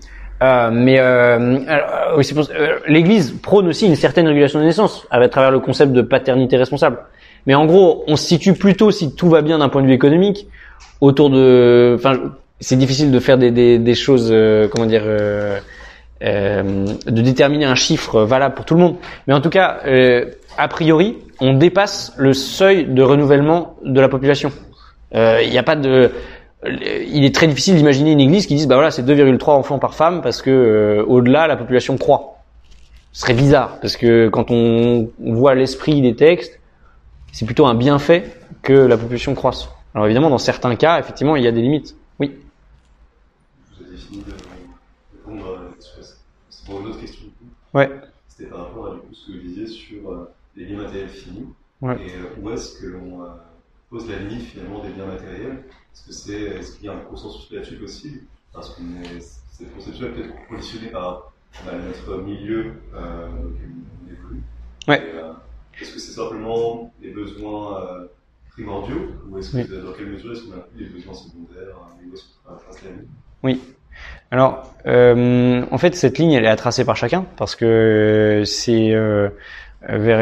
Oui, c'est pour, l'Église prône aussi une certaine régulation des naissances à travers le concept de paternité responsable. Mais en gros, on se situe plutôt, si tout va bien d'un point de vue économique, autour de. Enfin, c'est difficile de faire des choses, de déterminer un chiffre valable pour tout le monde. Mais en tout cas, a priori, on dépasse le seuil de renouvellement de la population. Il n'y a pas de. Il est très difficile d'imaginer une église qui dise bah voilà c'est 2,3 enfants par femme parce que au-delà la population croît. Ce serait bizarre parce que quand on voit l'esprit des textes, c'est plutôt un bienfait que la population croisse. Alors évidemment dans certains cas effectivement il y a des limites. Oui. Vous avez fini de répondre c'est pour une autre question. Ouais. C'était par rapport à du coup ce que vous disiez sur les biens matériels finis. Ouais. Et où est-ce que l'on pose la limite finalement des biens matériels? Est-ce qu'il y a un consensus là-dessus possible? Parce que cette conception est peut-être conditionnée par notre milieu dans lequel on évolue. Ouais. Est-ce que c'est simplement les besoins primordiaux ou est-ce que dans quelle mesure est-ce qu'on inclut les besoins secondaires où est-ce qu'on trace la ligne? Oui. Alors, en fait, cette ligne, elle est à tracer par chacun parce que c'est vers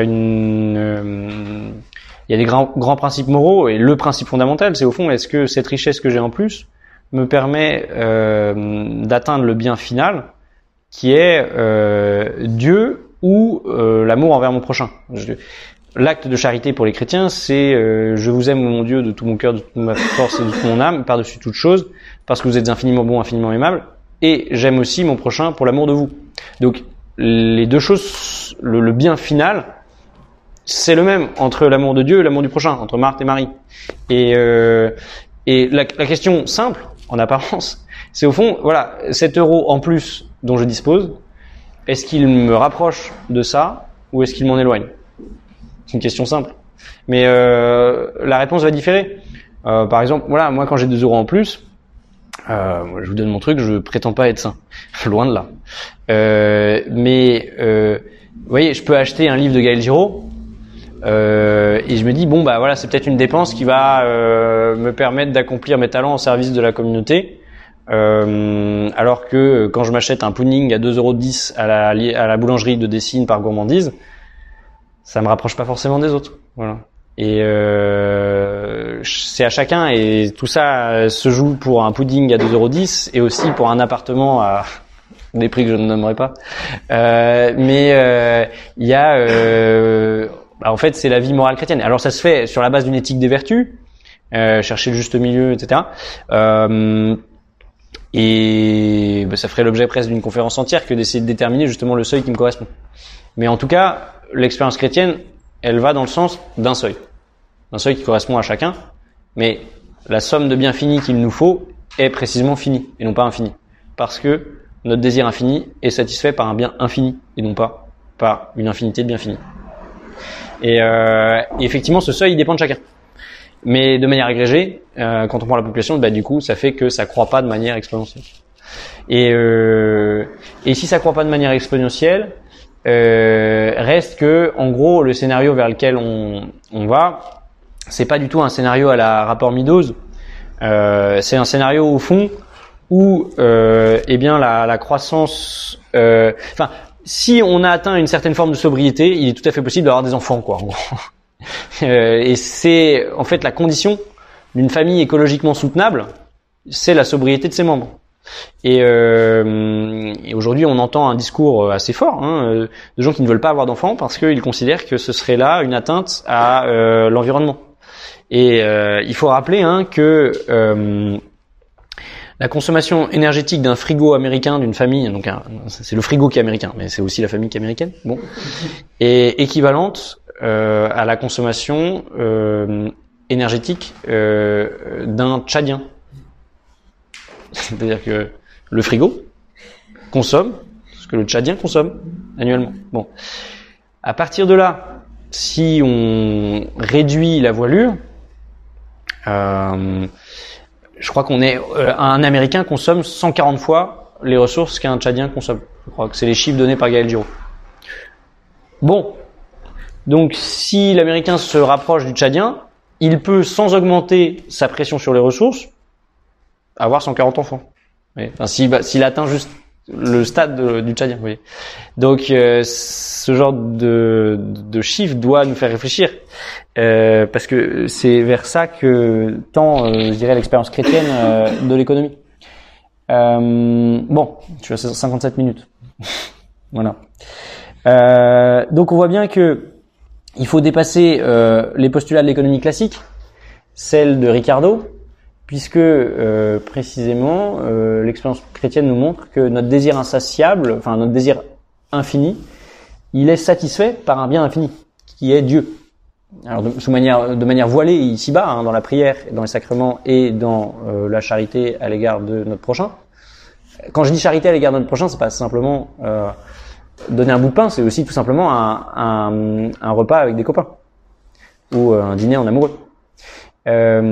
une. Il y a des grands principes moraux et le principe fondamental, c'est au fond, est-ce que cette richesse que j'ai en plus me permet d'atteindre le bien final qui est Dieu ou l'amour envers mon prochain. L'acte de charité pour les chrétiens, c'est je vous aime mon Dieu de tout mon cœur, de toute ma force et de toute mon âme, par-dessus toute chose, parce que vous êtes infiniment bon, infiniment aimable, et j'aime aussi mon prochain pour l'amour de vous. Donc les deux choses, le bien final, c'est le même entre l'amour de Dieu et l'amour du prochain, entre Marthe et Marie. Et la question simple, en apparence, c'est au fond, voilà, cet euro en plus dont je dispose, est-ce qu'il me rapproche de ça ou est-ce qu'il m'en éloigne? C'est une question simple. Mais la réponse va différer. Par exemple, voilà, moi quand j'ai 2 euros en plus, Je vous donne mon truc, je prétends pas être saint, loin de là. Vous voyez, je peux acheter un livre de Gaël Giraud et je me dis bon bah voilà, c'est peut-être une dépense qui va me permettre d'accomplir mes talents au service de la communauté. Alors que quand je m'achète un pudding à 2,10 € à la boulangerie de Dessines par gourmandise, ça me rapproche pas forcément des autres. Voilà. Et c'est à chacun, et tout ça se joue pour un pudding à 2,10 € et aussi pour un appartement à des prix que je ne nommerai pas. Il y a en fait, c'est la vie morale chrétienne. Alors ça se fait sur la base d'une éthique des vertus, chercher le juste milieu, etc. Et ça ferait l'objet presque d'une conférence entière que d'essayer de déterminer justement le seuil qui me correspond. Mais en tout cas, l'expérience chrétienne, elle va dans le sens d'un seuil qui correspond à chacun, mais la somme de biens finis qu'il nous faut est précisément finie et non pas infinie, parce que notre désir infini est satisfait par un bien infini et non pas par une infinité de biens finis. Et effectivement, ce seuil il dépend de chacun. Mais de manière agrégée, quand on prend la population, du coup, ça fait que ça croît pas de manière exponentielle. Et si ça croît pas de manière exponentielle, reste que, en gros, le scénario vers lequel on va, c'est pas du tout un scénario à la rapport Meadows. C'est un scénario au fond où, la croissance, si on a atteint une certaine forme de sobriété, il est tout à fait possible d'avoir des enfants, quoi, en gros. Et c'est en fait la condition d'une famille écologiquement soutenable, c'est la sobriété de ses membres. Et aujourd'hui, on entend un discours assez fort de gens qui ne veulent pas avoir d'enfants parce qu'ils considèrent que ce serait là une atteinte à l'environnement. Et il faut rappeler que la consommation énergétique d'un frigo américain d'une famille, donc c'est le frigo qui est américain, mais c'est aussi la famille qui est américaine, est équivalente à la consommation énergétique d'un Tchadien. C'est-à-dire que le frigo consomme ce que le Tchadien consomme annuellement. Bon, à partir de là, si on réduit la voilure, je crois un Américain consomme 140 fois les ressources qu'un Tchadien consomme. Je crois que c'est les chiffres donnés par Gaël Giraud. Bon. Donc, si l'Américain se rapproche du Tchadien, il peut, sans augmenter sa pression sur les ressources, avoir 140 enfants. Oui. Enfin, s'il atteint juste le stade du Tchadien, vous voyez. Donc, ce genre de chiffre doit nous faire réfléchir, parce que c'est vers ça que tend, je dirais, l'expérience chrétienne de l'économie. Bon, je suis à 57 minutes. Voilà. Donc, on voit bien que il faut dépasser les postulats de l'économie classique, celle de Ricardo, puisque précisément l'expérience chrétienne nous montre que notre désir insatiable, enfin notre désir infini, il est satisfait par un bien infini, qui est Dieu. Alors de manière voilée ici-bas, dans la prière, dans les sacrements et dans la charité à l'égard de notre prochain. Quand je dis charité à l'égard de notre prochain, c'est pas simplement donner un bout de pain, c'est aussi tout simplement un repas avec des copains ou un dîner en amoureux. Et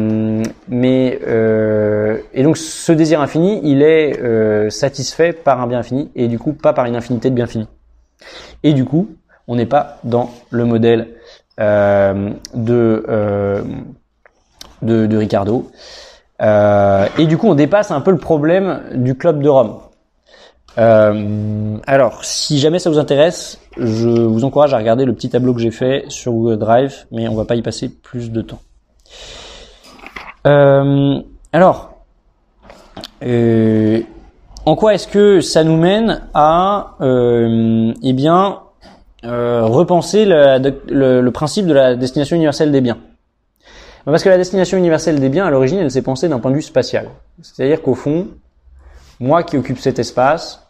donc ce désir infini, il est satisfait par un bien infini et du coup pas par une infinité de biens finis. Et du coup, on n'est pas dans le modèle de Ricardo. Et du coup, on dépasse un peu le problème du club de Rome. Alors, si jamais ça vous intéresse, je vous encourage à regarder le petit tableau que j'ai fait sur Google Drive, mais on va pas y passer plus de temps. En quoi est-ce que ça nous mène à, repenser le principe de la destination universelle des biens? Parce que la destination universelle des biens, à l'origine, elle s'est pensée d'un point de vue spatial. C'est-à-dire qu'au fond, moi qui occupe cet espace,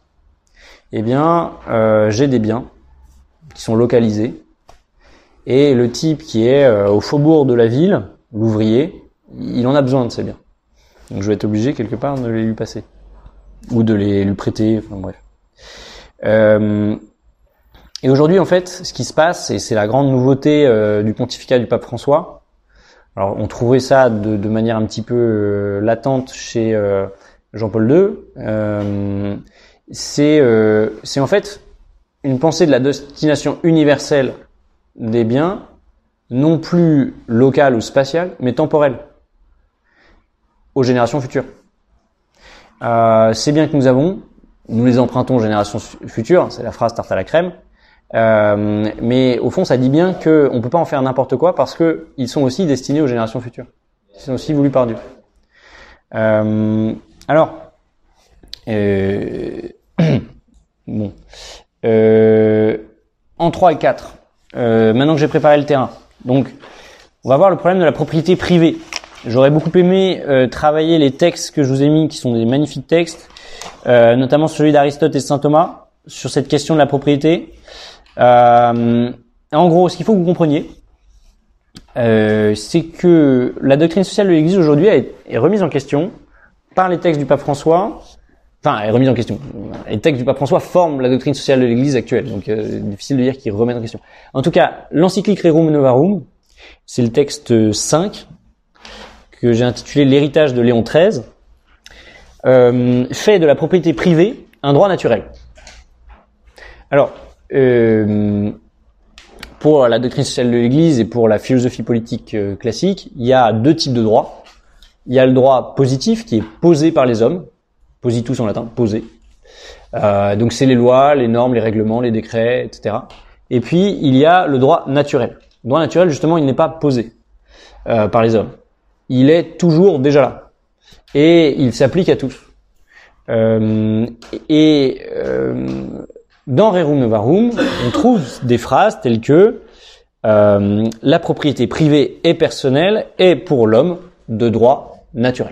j'ai des biens qui sont localisés. Et le type qui est au faubourg de la ville, l'ouvrier, il en a besoin de ces biens. Donc je vais être obligé quelque part de les lui passer. Ou de les lui prêter, enfin bref. Et aujourd'hui, en fait, ce qui se passe, et c'est la grande nouveauté du pontificat du pape François. Alors, on trouvait ça de manière un petit peu latente chez Jean-Paul II, c'est en fait une pensée de la destination universelle des biens, non plus locale ou spatiale, mais temporelle, aux générations futures. Ces biens que nous avons, nous les empruntons aux générations futures, c'est la phrase tarte à la crème, mais au fond ça dit bien qu'on peut pas en faire n'importe quoi parce que ils sont aussi destinés aux générations futures. Ils sont aussi voulus par Dieu. Bon. En 3 et 4, maintenant que j'ai préparé le terrain, donc on va voir le problème de la propriété privée. J'aurais beaucoup aimé travailler les textes que je vous ai mis, qui sont des magnifiques textes, notamment celui d'Aristote et Saint Thomas, sur cette question de la propriété. En gros, ce qu'il faut que vous compreniez, c'est que la doctrine sociale de l'Église aujourd'hui est remise en question par les textes du pape François. Enfin, est remise en question. Les textes du pape François forment la doctrine sociale de l'Église actuelle, donc difficile de dire qu'ils remettent en question. En tout cas, l'encyclique Rerum Novarum, c'est le texte 5 que j'ai intitulé l'héritage de Léon XIII, fait de la propriété privée un droit naturel. Alors, pour la doctrine sociale de l'Église et pour la philosophie politique classique, il y a 2 types de droits. Il y a le droit positif qui est posé par les hommes, positus en latin, posé. Donc c'est les lois, les normes, les règlements, les décrets, etc. Et puis il y a le droit naturel. Le droit naturel, justement, il n'est pas posé par les hommes. Il est toujours déjà là. Et il s'applique à tous. Dans Rerum Novarum, on trouve des phrases telles que la propriété privée et personnelle est pour l'homme de droit naturel.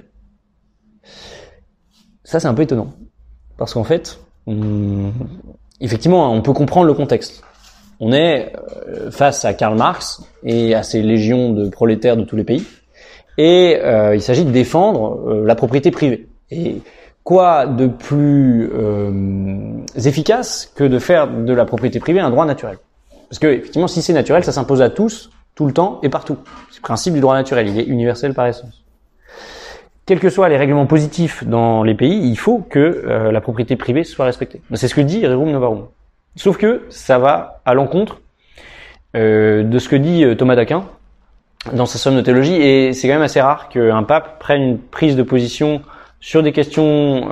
Ça, c'est un peu étonnant. Parce qu'en fait, effectivement, on peut comprendre le contexte. On est face à Karl Marx et à ses légions de prolétaires de tous les pays. Et il s'agit de défendre la propriété privée. Et quoi de plus efficace que de faire de la propriété privée un droit naturel? Parce que effectivement, si c'est naturel, ça s'impose à tous, tout le temps et partout. C'est le principe du droit naturel, il est universel par essence. Quels que soient les règlements positifs dans les pays, il faut que la propriété privée soit respectée. C'est ce que dit Rerum Novarum. Sauf que ça va à l'encontre de ce que dit Thomas d'Aquin dans sa somme de théologie, et c'est quand même assez rare qu'un pape prenne une prise de position sur des questions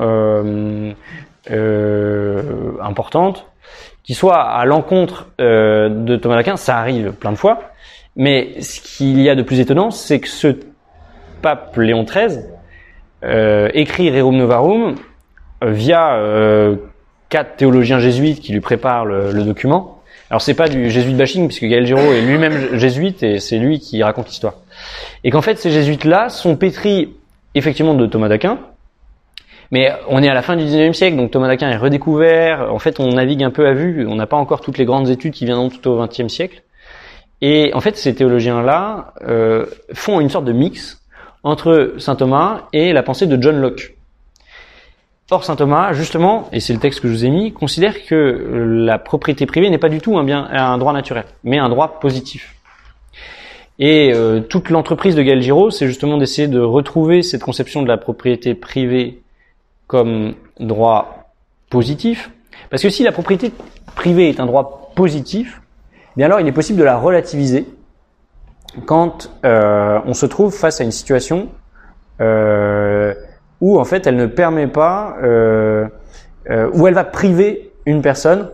importantes qui soit à l'encontre de Thomas d'Aquin. Ça arrive plein de fois, mais ce qu'il y a de plus étonnant, c'est que ce pape Léon XIII écrit Rerum Novarum via 4 théologiens jésuites qui lui préparent le document. Alors c'est pas du jésuite bashing, puisque Gaël Giraud est lui-même jésuite et c'est lui qui raconte l'histoire. Et qu'en fait ces jésuites-là sont pétris effectivement de Thomas d'Aquin, mais on est à la fin du XIXe siècle, donc Thomas d'Aquin est redécouvert. En fait, on navigue un peu à vue, on n'a pas encore toutes les grandes études qui viendront tout au XXe siècle. Et en fait, ces théologiens-là font une sorte de mix entre saint Thomas et la pensée de John Locke. Or, saint Thomas, justement, et c'est le texte que je vous ai mis, considère que la propriété privée n'est pas du tout un droit naturel, mais un droit positif. Et toute l'entreprise de Gaël Giraud, c'est justement d'essayer de retrouver cette conception de la propriété privée comme droit positif. Parce que si la propriété privée est un droit positif, bien alors il est possible de la relativiser quand on se trouve face à une situation où en fait elle ne permet pas, où elle va priver une personne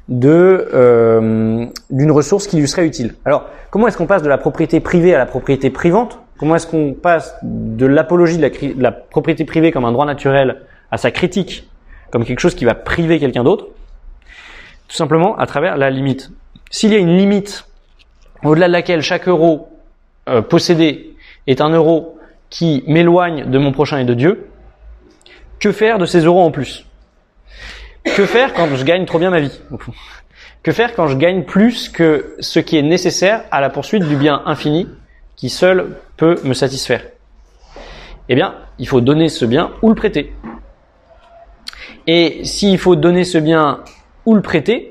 d'une ressource qui lui serait utile. Alors, comment est-ce qu'on passe de la propriété privée à la propriété privante? Comment est-ce qu'on passe de l'apologie de la propriété privée comme un droit naturel à sa critique comme quelque chose qui va priver quelqu'un d'autre? Tout simplement à travers la limite. S'il y a une limite au-delà de laquelle chaque euro possédé est un euro qui m'éloigne de mon prochain et de Dieu, que faire de ces euros en plus? Que faire quand je gagne trop bien ma vie? Que faire quand je gagne plus que ce qui est nécessaire à la poursuite du bien infini qui seul peut me satisfaire? Eh bien, il faut donner ce bien ou le prêter. Et s'il faut donner ce bien ou le prêter,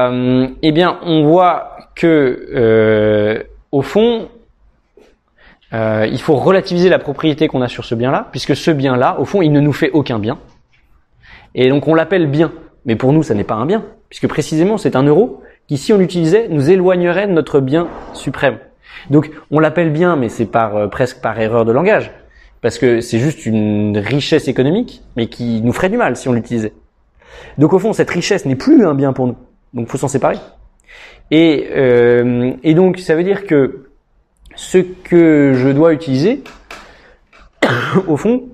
eh bien, on voit que, au fond, il faut relativiser la propriété qu'on a sur ce bien-là, puisque ce bien-là, au fond, il ne nous fait aucun bien. Et donc on l'appelle bien. Mais pour nous, ça n'est pas un bien, puisque précisément c'est un euro qui, si on l'utilisait, nous éloignerait de notre bien suprême. Donc on l'appelle bien, mais c'est presque par erreur de langage, parce que c'est juste une richesse économique, mais qui nous ferait du mal si on l'utilisait. Donc au fond, cette richesse n'est plus un bien pour nous, donc faut s'en séparer. Et donc ça veut dire que ce que je dois utiliser, au fond,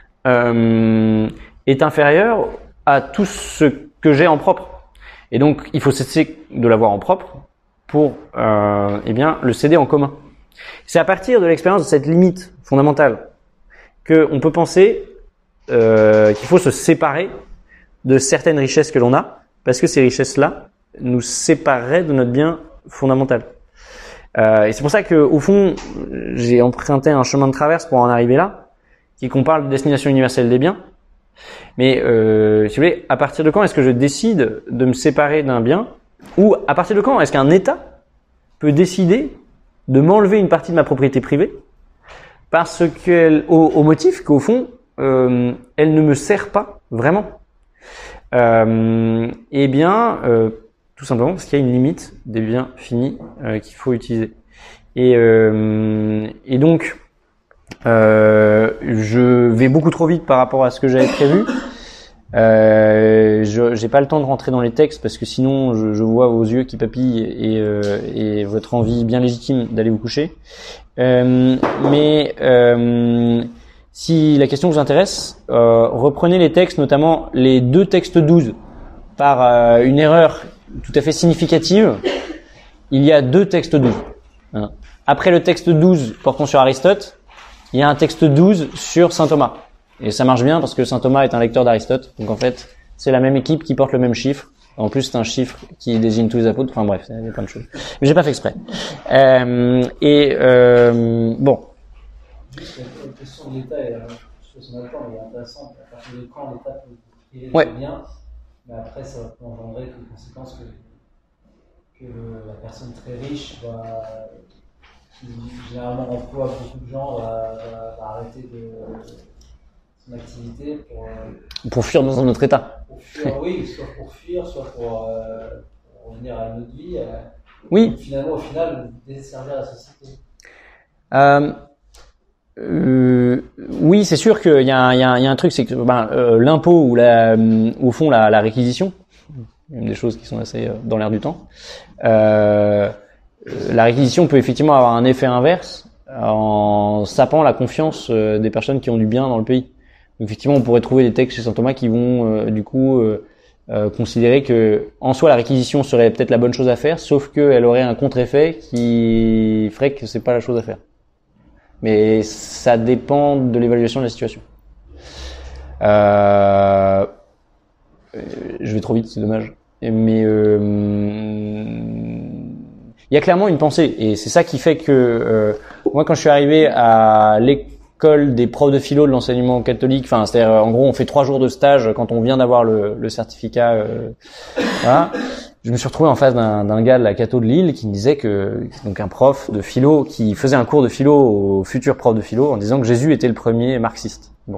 est inférieur à tout ce que j'ai en propre. Et donc, il faut cesser de l'avoir en propre pour le céder en commun. C'est à partir de l'expérience de cette limite fondamentale qu'on peut penser qu'il faut se séparer de certaines richesses que l'on a, parce que ces richesses-là nous sépareraient de notre bien fondamental. Et c'est pour ça que, au fond, j'ai emprunté un chemin de traverse pour en arriver là, qui est qu'on parle de destination universelle des biens. Mais si vous voulez, à partir de quand est-ce que je décide de me séparer d'un bien, ou à partir de quand est-ce qu'un État peut décider de m'enlever une partie de ma propriété privée parce qu'elle, au motif qu'au fond, elle ne me sert pas vraiment. Tout simplement parce qu'il y a une limite des biens finis qu'il faut utiliser. Et donc, je vais beaucoup trop vite par rapport à ce que j'avais prévu. J'ai pas le temps de rentrer dans les textes parce que sinon je vois vos yeux qui papillent et votre envie bien légitime d'aller vous coucher. Si la question vous intéresse, reprenez les textes, notamment les 2 textes 12. Par une erreur tout à fait significative, il y a 2 textes 12. Après le texte 12 portant sur Aristote, il y a un texte 12 sur saint Thomas. Et ça marche bien parce que saint Thomas est un lecteur d'Aristote. Donc en fait, c'est la même équipe qui porte le même chiffre. En plus, c'est un chiffre qui désigne tous les apôtres. Enfin bref, il y a plein de choses. Mais j'ai pas fait exprès. Bon. La question de l'État est intéressante. À partir de quand l'État peut créer des biens, mais après, ça va engendrer comme conséquence que la personne très riche qui généralement emploie beaucoup de gens, va arrêter de son activité pour fuir dans un autre état. Oui, soit pour fuir, soit pour revenir à une autre vie. Oui. Donc, finalement, au final, desservir la société. Oui, c'est sûr qu'il y a un truc, c'est que l'impôt ou au fond la réquisition, une des choses qui sont assez dans l'air du temps. La réquisition peut effectivement avoir un effet inverse en sapant la confiance des personnes qui ont du bien dans le pays. Donc, effectivement, on pourrait trouver des textes chez saint Thomas qui vont considérer que en soi la réquisition serait peut-être la bonne chose à faire, sauf qu'elle aurait un contre-effet qui ferait que c'est pas la chose à faire. Mais ça dépend de l'évaluation de la situation. Je vais trop vite, c'est dommage. Mais il y a clairement une pensée, et c'est ça qui fait que moi, quand je suis arrivé à l'école des profs de philo de l'enseignement catholique, enfin, c'est-à-dire en gros, on fait 3 jours de stage quand on vient d'avoir le certificat. Voilà. Je me suis retrouvé en face d'un gars de la catho de Lille qui me disait donc un prof de philo qui faisait un cours de philo aux futurs profs de philo en disant que Jésus était le premier marxiste. Bon.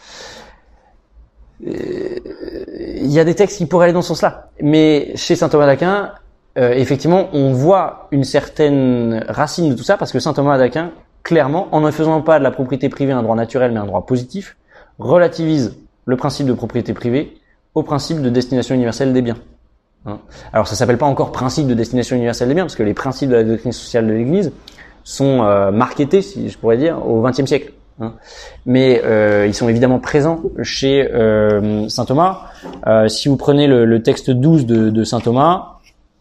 Il y a des textes qui pourraient aller dans ce sens-là. Mais chez saint Thomas d'Aquin, effectivement, on voit une certaine racine de tout ça parce que saint Thomas d'Aquin, clairement, en ne faisant pas de la propriété privée un droit naturel mais un droit positif, relativise le principe de propriété privée au principe de destination universelle des biens. Alors ça s'appelle pas encore principe de destination universelle des biens parce que les principes de la doctrine sociale de l'Église sont marketés, si je pourrais dire, au XXe siècle. Mais ils sont évidemment présents chez saint Thomas. Si vous prenez le texte 12 de saint Thomas,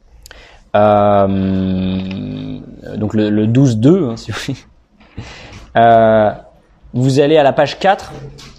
donc le 12.2, si vous voulez, vous allez à la page 4.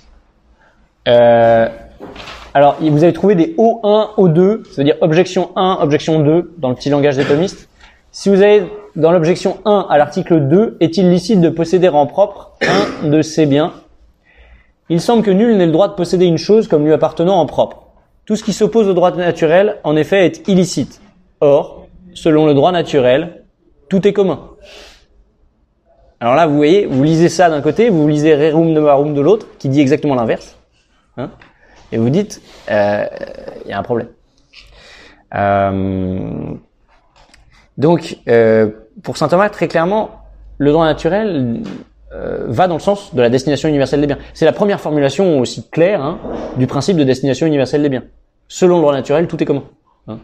Alors, vous avez trouvé des O1, O2, c'est-à-dire objection 1, objection 2, dans le petit langage des thomistes. Si vous avez dans l'objection 1 à l'article 2, est-il licite de posséder en propre un de ces biens? Il semble que nul n'ait le droit de posséder une chose comme lui appartenant en propre. Tout ce qui s'oppose au droit naturel, en effet, est illicite. Or, selon le droit naturel, tout est commun. Alors là, vous voyez, vous lisez ça d'un côté, vous lisez Rerum Novarum de l'autre, qui dit exactement l'inverse, hein, et vous dites, y a un problème. Donc, pour saint Thomas, très clairement, le droit naturel va dans le sens de la destination universelle des biens. C'est la première formulation aussi claire, hein, du principe de destination universelle des biens. Selon le droit naturel, tout est commun. Hein.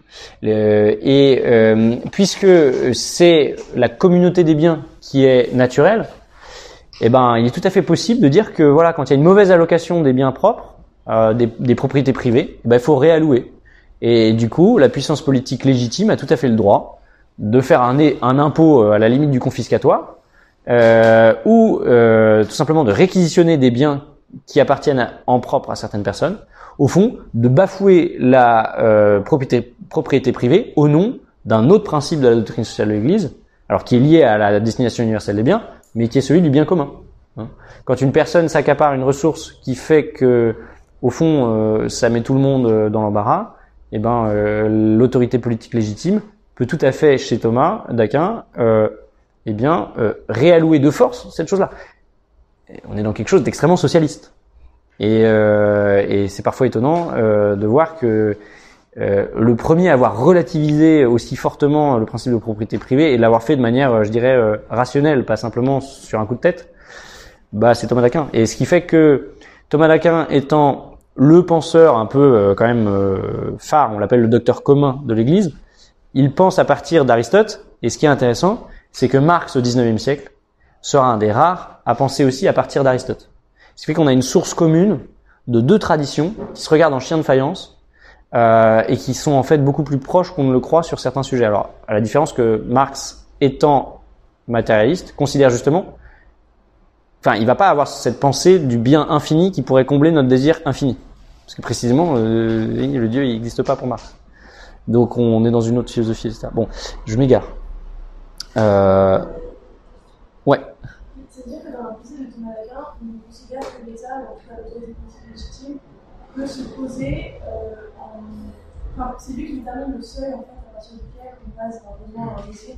Puisque c'est la communauté des biens qui est naturelle, eh ben, il est tout à fait possible de dire que voilà, quand il y a une mauvaise allocation des biens propres, des propriétés privées, eh ben, il faut réallouer. Et du coup, la puissance politique légitime a tout à fait le droit de faire un impôt à la limite du confiscatoire, ou tout simplement de réquisitionner des biens qui appartiennent en propre à certaines personnes, au fond, de bafouer la propriété privée au nom d'un autre principe de la doctrine sociale de l'Église, alors qui est lié à la destination universelle des biens, mais qui est celui du bien commun. Hein. Quand une personne s'accapare une ressource qui fait que, au fond, ça met tout le monde dans l'embarras, eh ben, l'autorité politique légitime peut tout à fait, chez Thomas d'Aquin, réallouer de force cette chose-là. On est dans quelque chose d'extrêmement socialiste. Et c'est parfois étonnant de voir que le premier à avoir relativisé aussi fortement le principe de propriété privée et l'avoir fait de manière, je dirais, rationnelle, pas simplement sur un coup de tête, bah c'est Thomas d'Aquin. Et ce qui fait que Thomas d'Aquin étant le penseur un peu quand même phare, on l'appelle le docteur commun de l'Église, il pense à partir d'Aristote. Et ce qui est intéressant, c'est que Marx au XIXe siècle sera un des rares à penser aussi à partir d'Aristote. Ce qui fait qu'on a une source commune de deux traditions qui se regardent en chien de faïence et qui sont en fait beaucoup plus proches qu'on ne le croit sur certains sujets. Alors, à la différence que Marx, étant matérialiste, considère justement, enfin, il va pas avoir cette pensée du bien infini qui pourrait combler notre désir infini. Parce que précisément, le Dieu, il n'existe pas pour Marx. Donc, on est dans une autre philosophie, etc. Bon, je m'égare. Ouais. C'est-à-dire que dans la pensée de Thomas d'Aquin, on considère que l'État, en tout cas l'autorité politique légitime, peut se poser enfin, c'est lui qui détermine le seuil, en fait, à partir duquel on passe d'un besoin à un désir.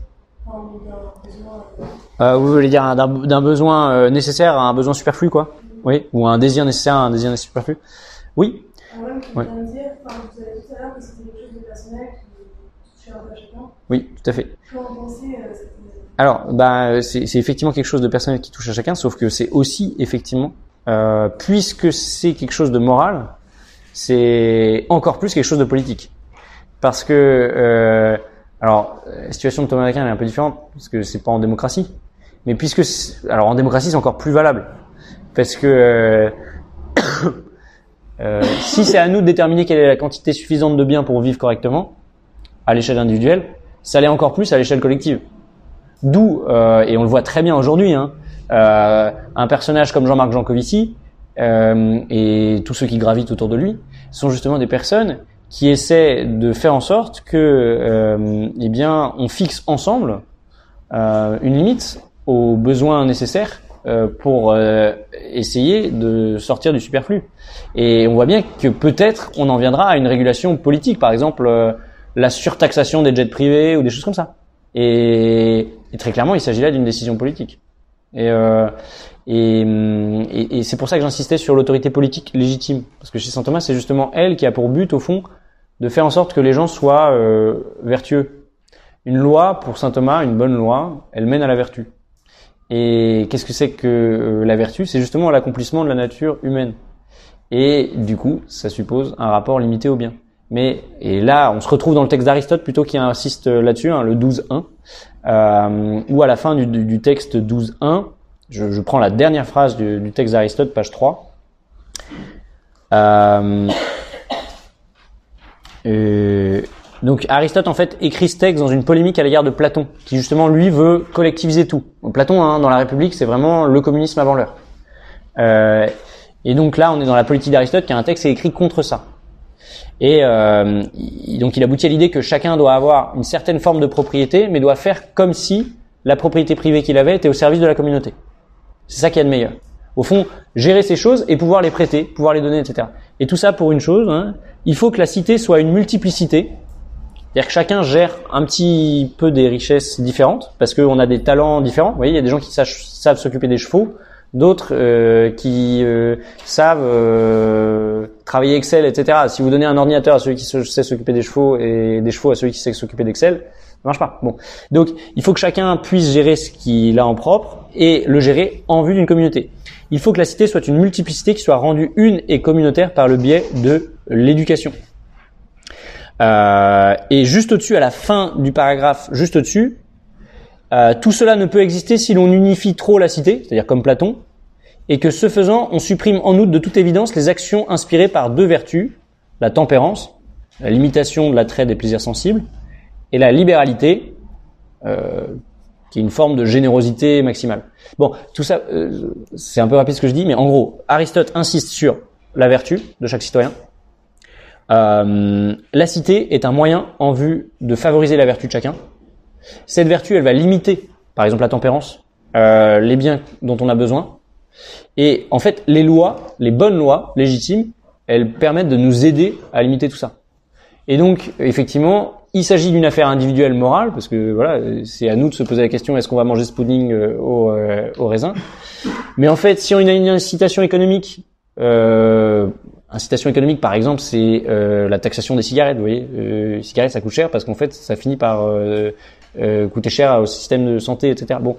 Vous voulez dire d'un besoin nécessaire à un besoin superflu, quoi? Oui. Ou un désir nécessaire à un désir superflu? Oui. Même qui vient de dire, vous avez tout à l'heure que c'était quelque chose de personnel qui touchait un peu à chacun. Oui, tout à fait. Comment penser Alors, c'est effectivement quelque chose de personnel qui touche à chacun, sauf que c'est aussi effectivement, puisque c'est quelque chose de moral, c'est encore plus quelque chose de politique. Parce que alors, la situation de Thomas d'Aquin est un peu différente, parce que c'est pas en démocratie. Mais alors en démocratie, c'est encore plus valable. Parce que, si c'est à nous de déterminer quelle est la quantité suffisante de biens pour vivre correctement, à l'échelle individuelle, ça l'est encore plus à l'échelle collective. D'où, et on le voit très bien aujourd'hui, hein, un personnage comme Jean-Marc Jancovici, et tous ceux qui gravitent autour de lui, sont justement des personnes qui essaie de faire en sorte que, on fixe ensemble une limite aux besoins nécessaires pour essayer de sortir du superflu. Et on voit bien que peut-être on en viendra à une régulation politique, par exemple la surtaxation des jets privés ou des choses comme ça. Et très clairement, il s'agit là d'une décision politique. Et c'est pour ça que j'insistais sur l'autorité politique légitime, parce que chez saint Thomas, c'est justement elle qui a pour but, au fond, de faire en sorte que les gens soient vertueux. Une loi, pour saint Thomas, une bonne loi, elle mène à la vertu. Et qu'est-ce que c'est que la vertu? C'est justement l'accomplissement de la nature humaine. Et du coup, ça suppose un rapport limité au bien. Et là, on se retrouve dans le texte d'Aristote plutôt qui insiste là-dessus, hein, le 12.1, où à la fin du texte 12.1, je prends la dernière phrase du texte d'Aristote, page 3. Donc Aristote en fait écrit ce texte dans une polémique à l'égard de Platon, qui justement lui veut collectiviser tout. Donc, Platon, hein, dans la République, c'est vraiment le communisme avant l'heure. Et donc là, on est dans la politique d'Aristote, qui a un texte qui est écrit contre ça. Et donc il aboutit à l'idée que chacun doit avoir une certaine forme de propriété, mais doit faire comme si la propriété privée qu'il avait était au service de la communauté. C'est ça qu'il y a de meilleur. Au fond, gérer ces choses et pouvoir les prêter, pouvoir les donner, etc. Et tout ça pour une chose, hein, il faut que la cité soit une multiplicité C'est-à-dire que chacun gère un petit peu des richesses différentes, parce qu'on a des talents différents. Vous voyez, il y a des gens qui savent s'occuper des chevaux, d'autres qui savent travailler Excel, etc. Si vous donnez un ordinateur à celui qui sait s'occuper des chevaux et des chevaux à celui qui sait s'occuper d'Excel, ça marche pas. Bon, donc il faut que chacun puisse gérer ce qu'il a en propre et le gérer en vue d'une communauté. Il faut que la cité soit une multiplicité qui soit rendue une et communautaire par le biais de l'éducation. Et juste au-dessus, à la fin du paragraphe, juste au-dessus, tout cela ne peut exister si l'on unifie trop la cité, c'est-à-dire comme Platon, et que ce faisant, on supprime en outre de toute évidence les actions inspirées par deux vertus, la tempérance, la limitation de l'attrait des plaisirs sensibles, et la libéralité, qui est une forme de générosité maximale. Bon, tout ça, c'est un peu rapide ce que je dis, mais en gros, Aristote insiste sur la vertu de chaque citoyen. La cité est un moyen en vue de favoriser la vertu de chacun. Cette vertu, elle va limiter, par exemple la tempérance, les biens dont on a besoin. Et en fait, les lois, les bonnes lois légitimes, elles permettent de nous aider à limiter tout ça. Et donc, effectivement, il s'agit d'une affaire individuelle morale, parce que voilà, c'est à nous de se poser la question, est-ce qu'on va manger ce pudding au raisin? Mais en fait, si on a une incitation économique, incitation économique, par exemple, c'est la taxation des cigarettes. Vous voyez, les cigarettes, ça coûte cher parce qu'en fait, ça finit par coûter cher au système de santé, etc. Bon,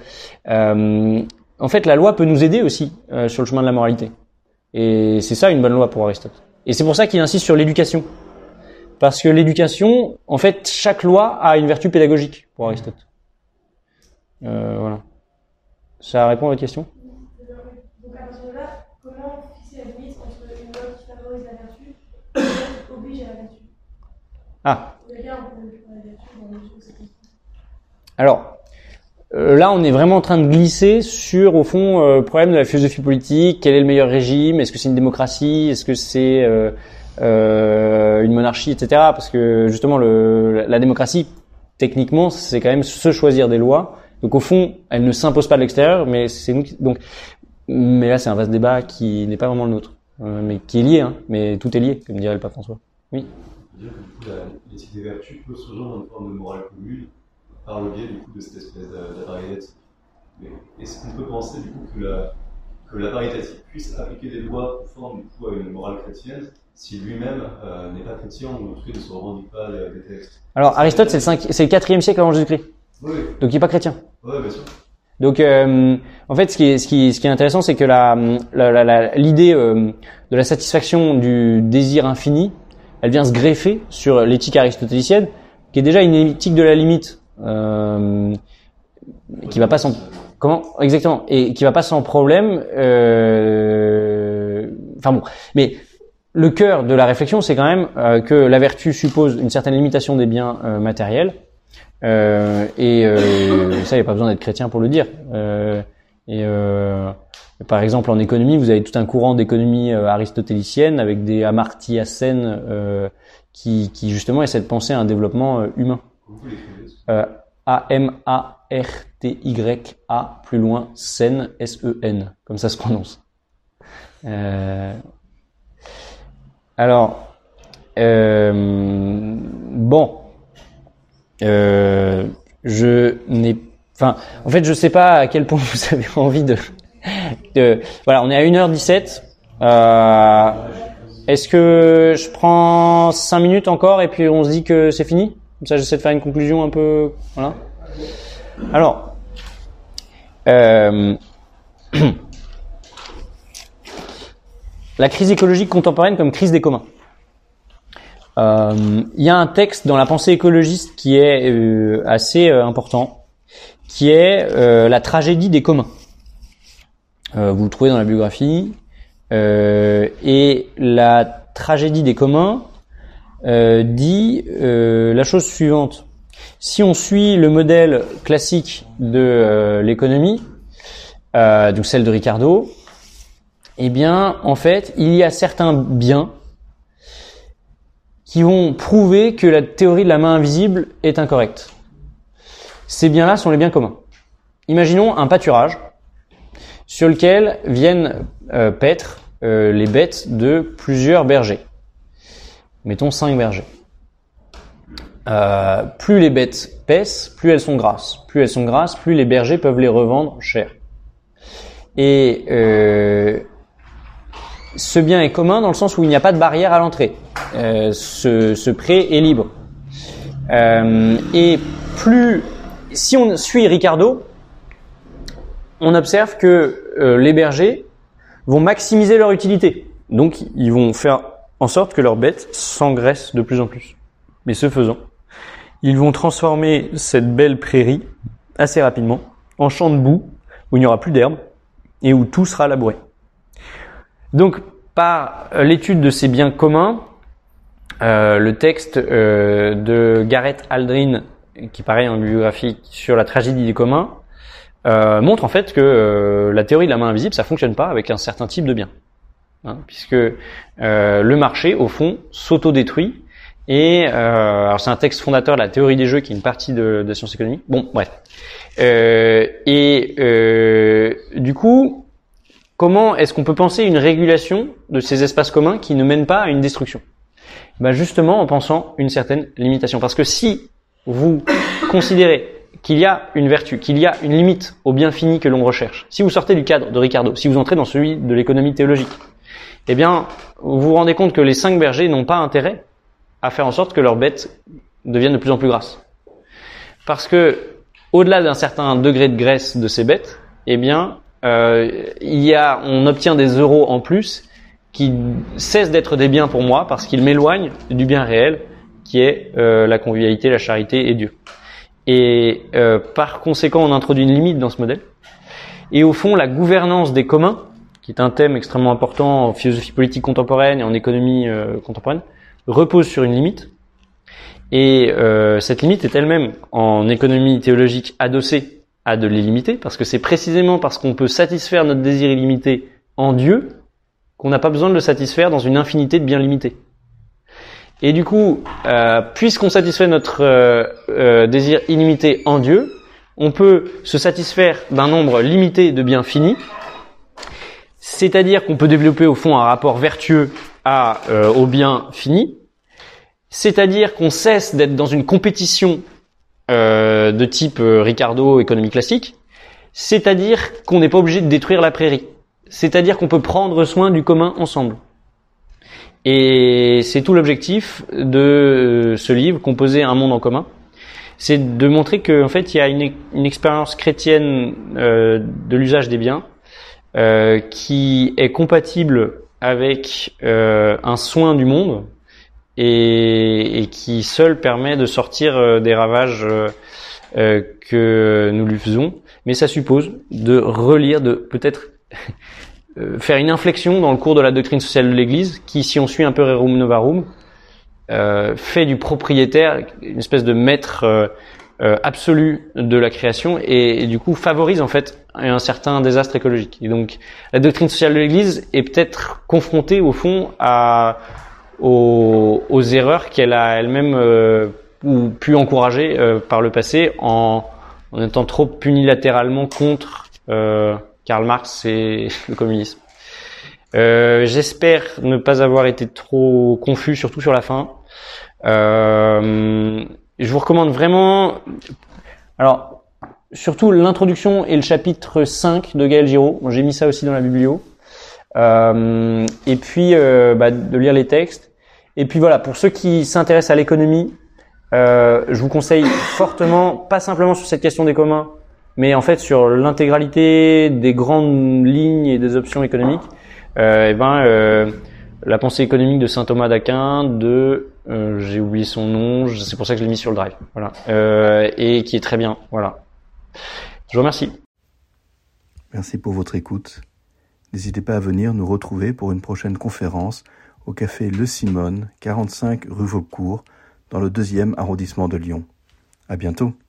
en fait, la loi peut nous aider aussi sur le chemin de la moralité. Et c'est ça une bonne loi pour Aristote. Et c'est pour ça qu'il insiste sur l'éducation. Parce que l'éducation, en fait, chaque loi a une vertu pédagogique pour Aristote. Voilà. Ça répond à votre question? Donc à partir de là, comment fixer la limite entre une loi qui favorise la vertu et une loi qui oblige à la vertu? Ah. On est bien pour la vertu dans le jeu, c'est Alors, là, on est vraiment en train de glisser sur, au fond, le problème de la philosophie politique. Quel est le meilleur régime? Est-ce que c'est une démocratie? Est-ce que c'est une monarchie, etc. Parce que justement, la démocratie, techniquement, c'est quand même se choisir des lois. Donc au fond, elle ne s'impose pas de l'extérieur, mais c'est nous qui... Donc, mais là, c'est un vaste débat qui n'est pas vraiment le nôtre, mais qui est lié, hein. Mais tout est lié, comme dirait le pape François. Oui. On peut dire que du coup, l'éthique des vertus peut se rejoindre dans une forme de morale commune par le biais du coup de cette espèce d'appareil éthique. Mais est-ce qu'on peut penser du coup que l'appareil éthique puisse appliquer des lois conformes du coup à une morale chrétienne si lui-même n'est pas chrétien ou en tout cas ne se revendique pas des textes? Alors Aristote, c'est le 4e siècle avant Jésus-Christ. Oui. Donc il n'est pas chrétien. Oui, bien sûr. Donc en fait, ce qui est intéressant, c'est que l'idée de la satisfaction du désir infini, elle vient se greffer sur l'éthique aristotélicienne, qui est déjà une éthique de la limite, qui va pas sans exactement, et qui va pas sans problème. Enfin bon, mais le cœur de la réflexion, c'est quand même que la vertu suppose une certaine limitation des biens matériels. Ça, il n'y a pas besoin d'être chrétien pour le dire. Par exemple, en économie, vous avez tout un courant d'économie aristotélicienne avec des amartyacènes qui justement essaient de penser à un développement humain. A-M-A-R-T-Y-A, plus loin, sen, S-E-N, comme ça se prononce. Alors, bon. En fait, je sais pas à quel point vous avez envie voilà, on est à 1h17. Est-ce que je prends 5 minutes encore et puis on se dit que c'est fini? Comme ça, j'essaie de faire une conclusion un peu, voilà. Alors, la crise écologique contemporaine comme crise des communs. Il y a un texte dans la pensée écologiste qui est assez important, qui est la tragédie des communs. Vous le trouvez dans la biographie. Et la tragédie des communs dit la chose suivante. Si on suit le modèle classique de l'économie, donc celle de Ricardo, eh bien, en fait, il y a certains biens qui vont prouver que la théorie de la main invisible est incorrecte. Ces biens-là sont les biens communs. Imaginons un pâturage sur lequel viennent paître les bêtes de plusieurs bergers. Mettons 5 bergers. plus les bêtes paissent, plus elles sont grasses. Plus elles sont grasses, plus les bergers peuvent les revendre cher. Et ce bien est commun dans le sens où il n'y a pas de barrière à l'entrée. Ce pré est libre. Et plus, si on suit Ricardo, on observe que les bergers vont maximiser leur utilité. Donc, ils vont faire en sorte que leurs bêtes s'engraissent de plus en plus. Mais ce faisant, ils vont transformer cette belle prairie assez rapidement en champ de boue où il n'y aura plus d'herbe et où tout sera labouré. Donc, par l'étude de ces biens communs, le texte de Gareth Aldrin, qui paraît en bibliographie sur la tragédie des communs, montre en fait que la théorie de la main invisible, ça fonctionne pas avec un certain type de biens, puisque le marché, au fond, s'autodétruit. Et alors c'est un texte fondateur de la théorie des jeux, qui est une partie de la science économique. Bon, bref. Du coup, comment est-ce qu'on peut penser une régulation de ces espaces communs qui ne mènent pas à une destruction? Justement en pensant une certaine limitation. Parce que si vous considérez qu'il y a une vertu, qu'il y a une limite au bien fini que l'on recherche, si vous sortez du cadre de Ricardo, si vous entrez dans celui de l'économie théologique, eh bien, vous vous rendez compte que les 5 bergers n'ont pas intérêt à faire en sorte que leurs bêtes deviennent de plus en plus grasses. Parce que, au-delà d'un certain degré de graisse de ces bêtes, eh bien, on obtient des euros en plus qui cessent d'être des biens pour moi parce qu'ils m'éloignent du bien réel qui est la convivialité, la charité et Dieu. Et par conséquent, on introduit une limite dans ce modèle. Et au fond, la gouvernance des communs, qui est un thème extrêmement important en philosophie politique contemporaine et en économie contemporaine, repose sur une limite. Et cette limite est elle-même, en économie théologique, adossée à de l'illimité, parce que c'est précisément parce qu'on peut satisfaire notre désir illimité en Dieu qu'on n'a pas besoin de le satisfaire dans une infinité de biens limités. Et du coup, puisqu'on satisfait notre désir illimité en Dieu, on peut se satisfaire d'un nombre limité de biens finis, c'est-à-dire qu'on peut développer au fond un rapport vertueux au bien fini, c'est-à-dire qu'on cesse d'être dans une compétition de type Ricardo, économie classique, c'est-à-dire qu'on n'est pas obligé de détruire la prairie, c'est-à-dire qu'on peut prendre soin du commun ensemble. Et c'est tout l'objectif de ce livre, Composer un monde en commun. C'est de montrer qu'en fait, il y a une expérience chrétienne de l'usage des biens qui est compatible avec un soin du monde et qui seul permet de sortir des ravages que nous lui faisons. Mais ça suppose de relire, de peut-être faire une inflexion dans le cours de la doctrine sociale de l'Église, qui, si on suit un peu Rerum Novarum, fait du propriétaire une espèce de maître absolu de la création et du coup favorise en fait un certain désastre écologique. Et donc la doctrine sociale de l'Église est peut-être confrontée au fond aux erreurs qu'elle a elle-même ou pu encourager par le passé en étant trop unilatéralement contre Karl Marx et le communisme. J'espère ne pas avoir été trop confus, surtout sur la fin. Je vous recommande vraiment, alors surtout l'introduction et le chapitre 5 de Gaël Giraud. J'ai mis ça aussi dans la biblio. Et puis de lire les textes. Et puis voilà, pour ceux qui s'intéressent à l'économie, je vous conseille fortement, pas simplement sur cette question des communs, mais en fait sur l'intégralité des grandes lignes et des options économiques, la pensée économique de saint Thomas d'Aquin, j'ai oublié son nom, c'est pour ça que je l'ai mis sur le drive, voilà, et qui est très bien, voilà. Je vous remercie. Merci pour votre écoute. N'hésitez pas à venir nous retrouver pour une prochaine conférence au café Le Simone, 45 rue Vaucourt, dans le 2e arrondissement de Lyon. À bientôt.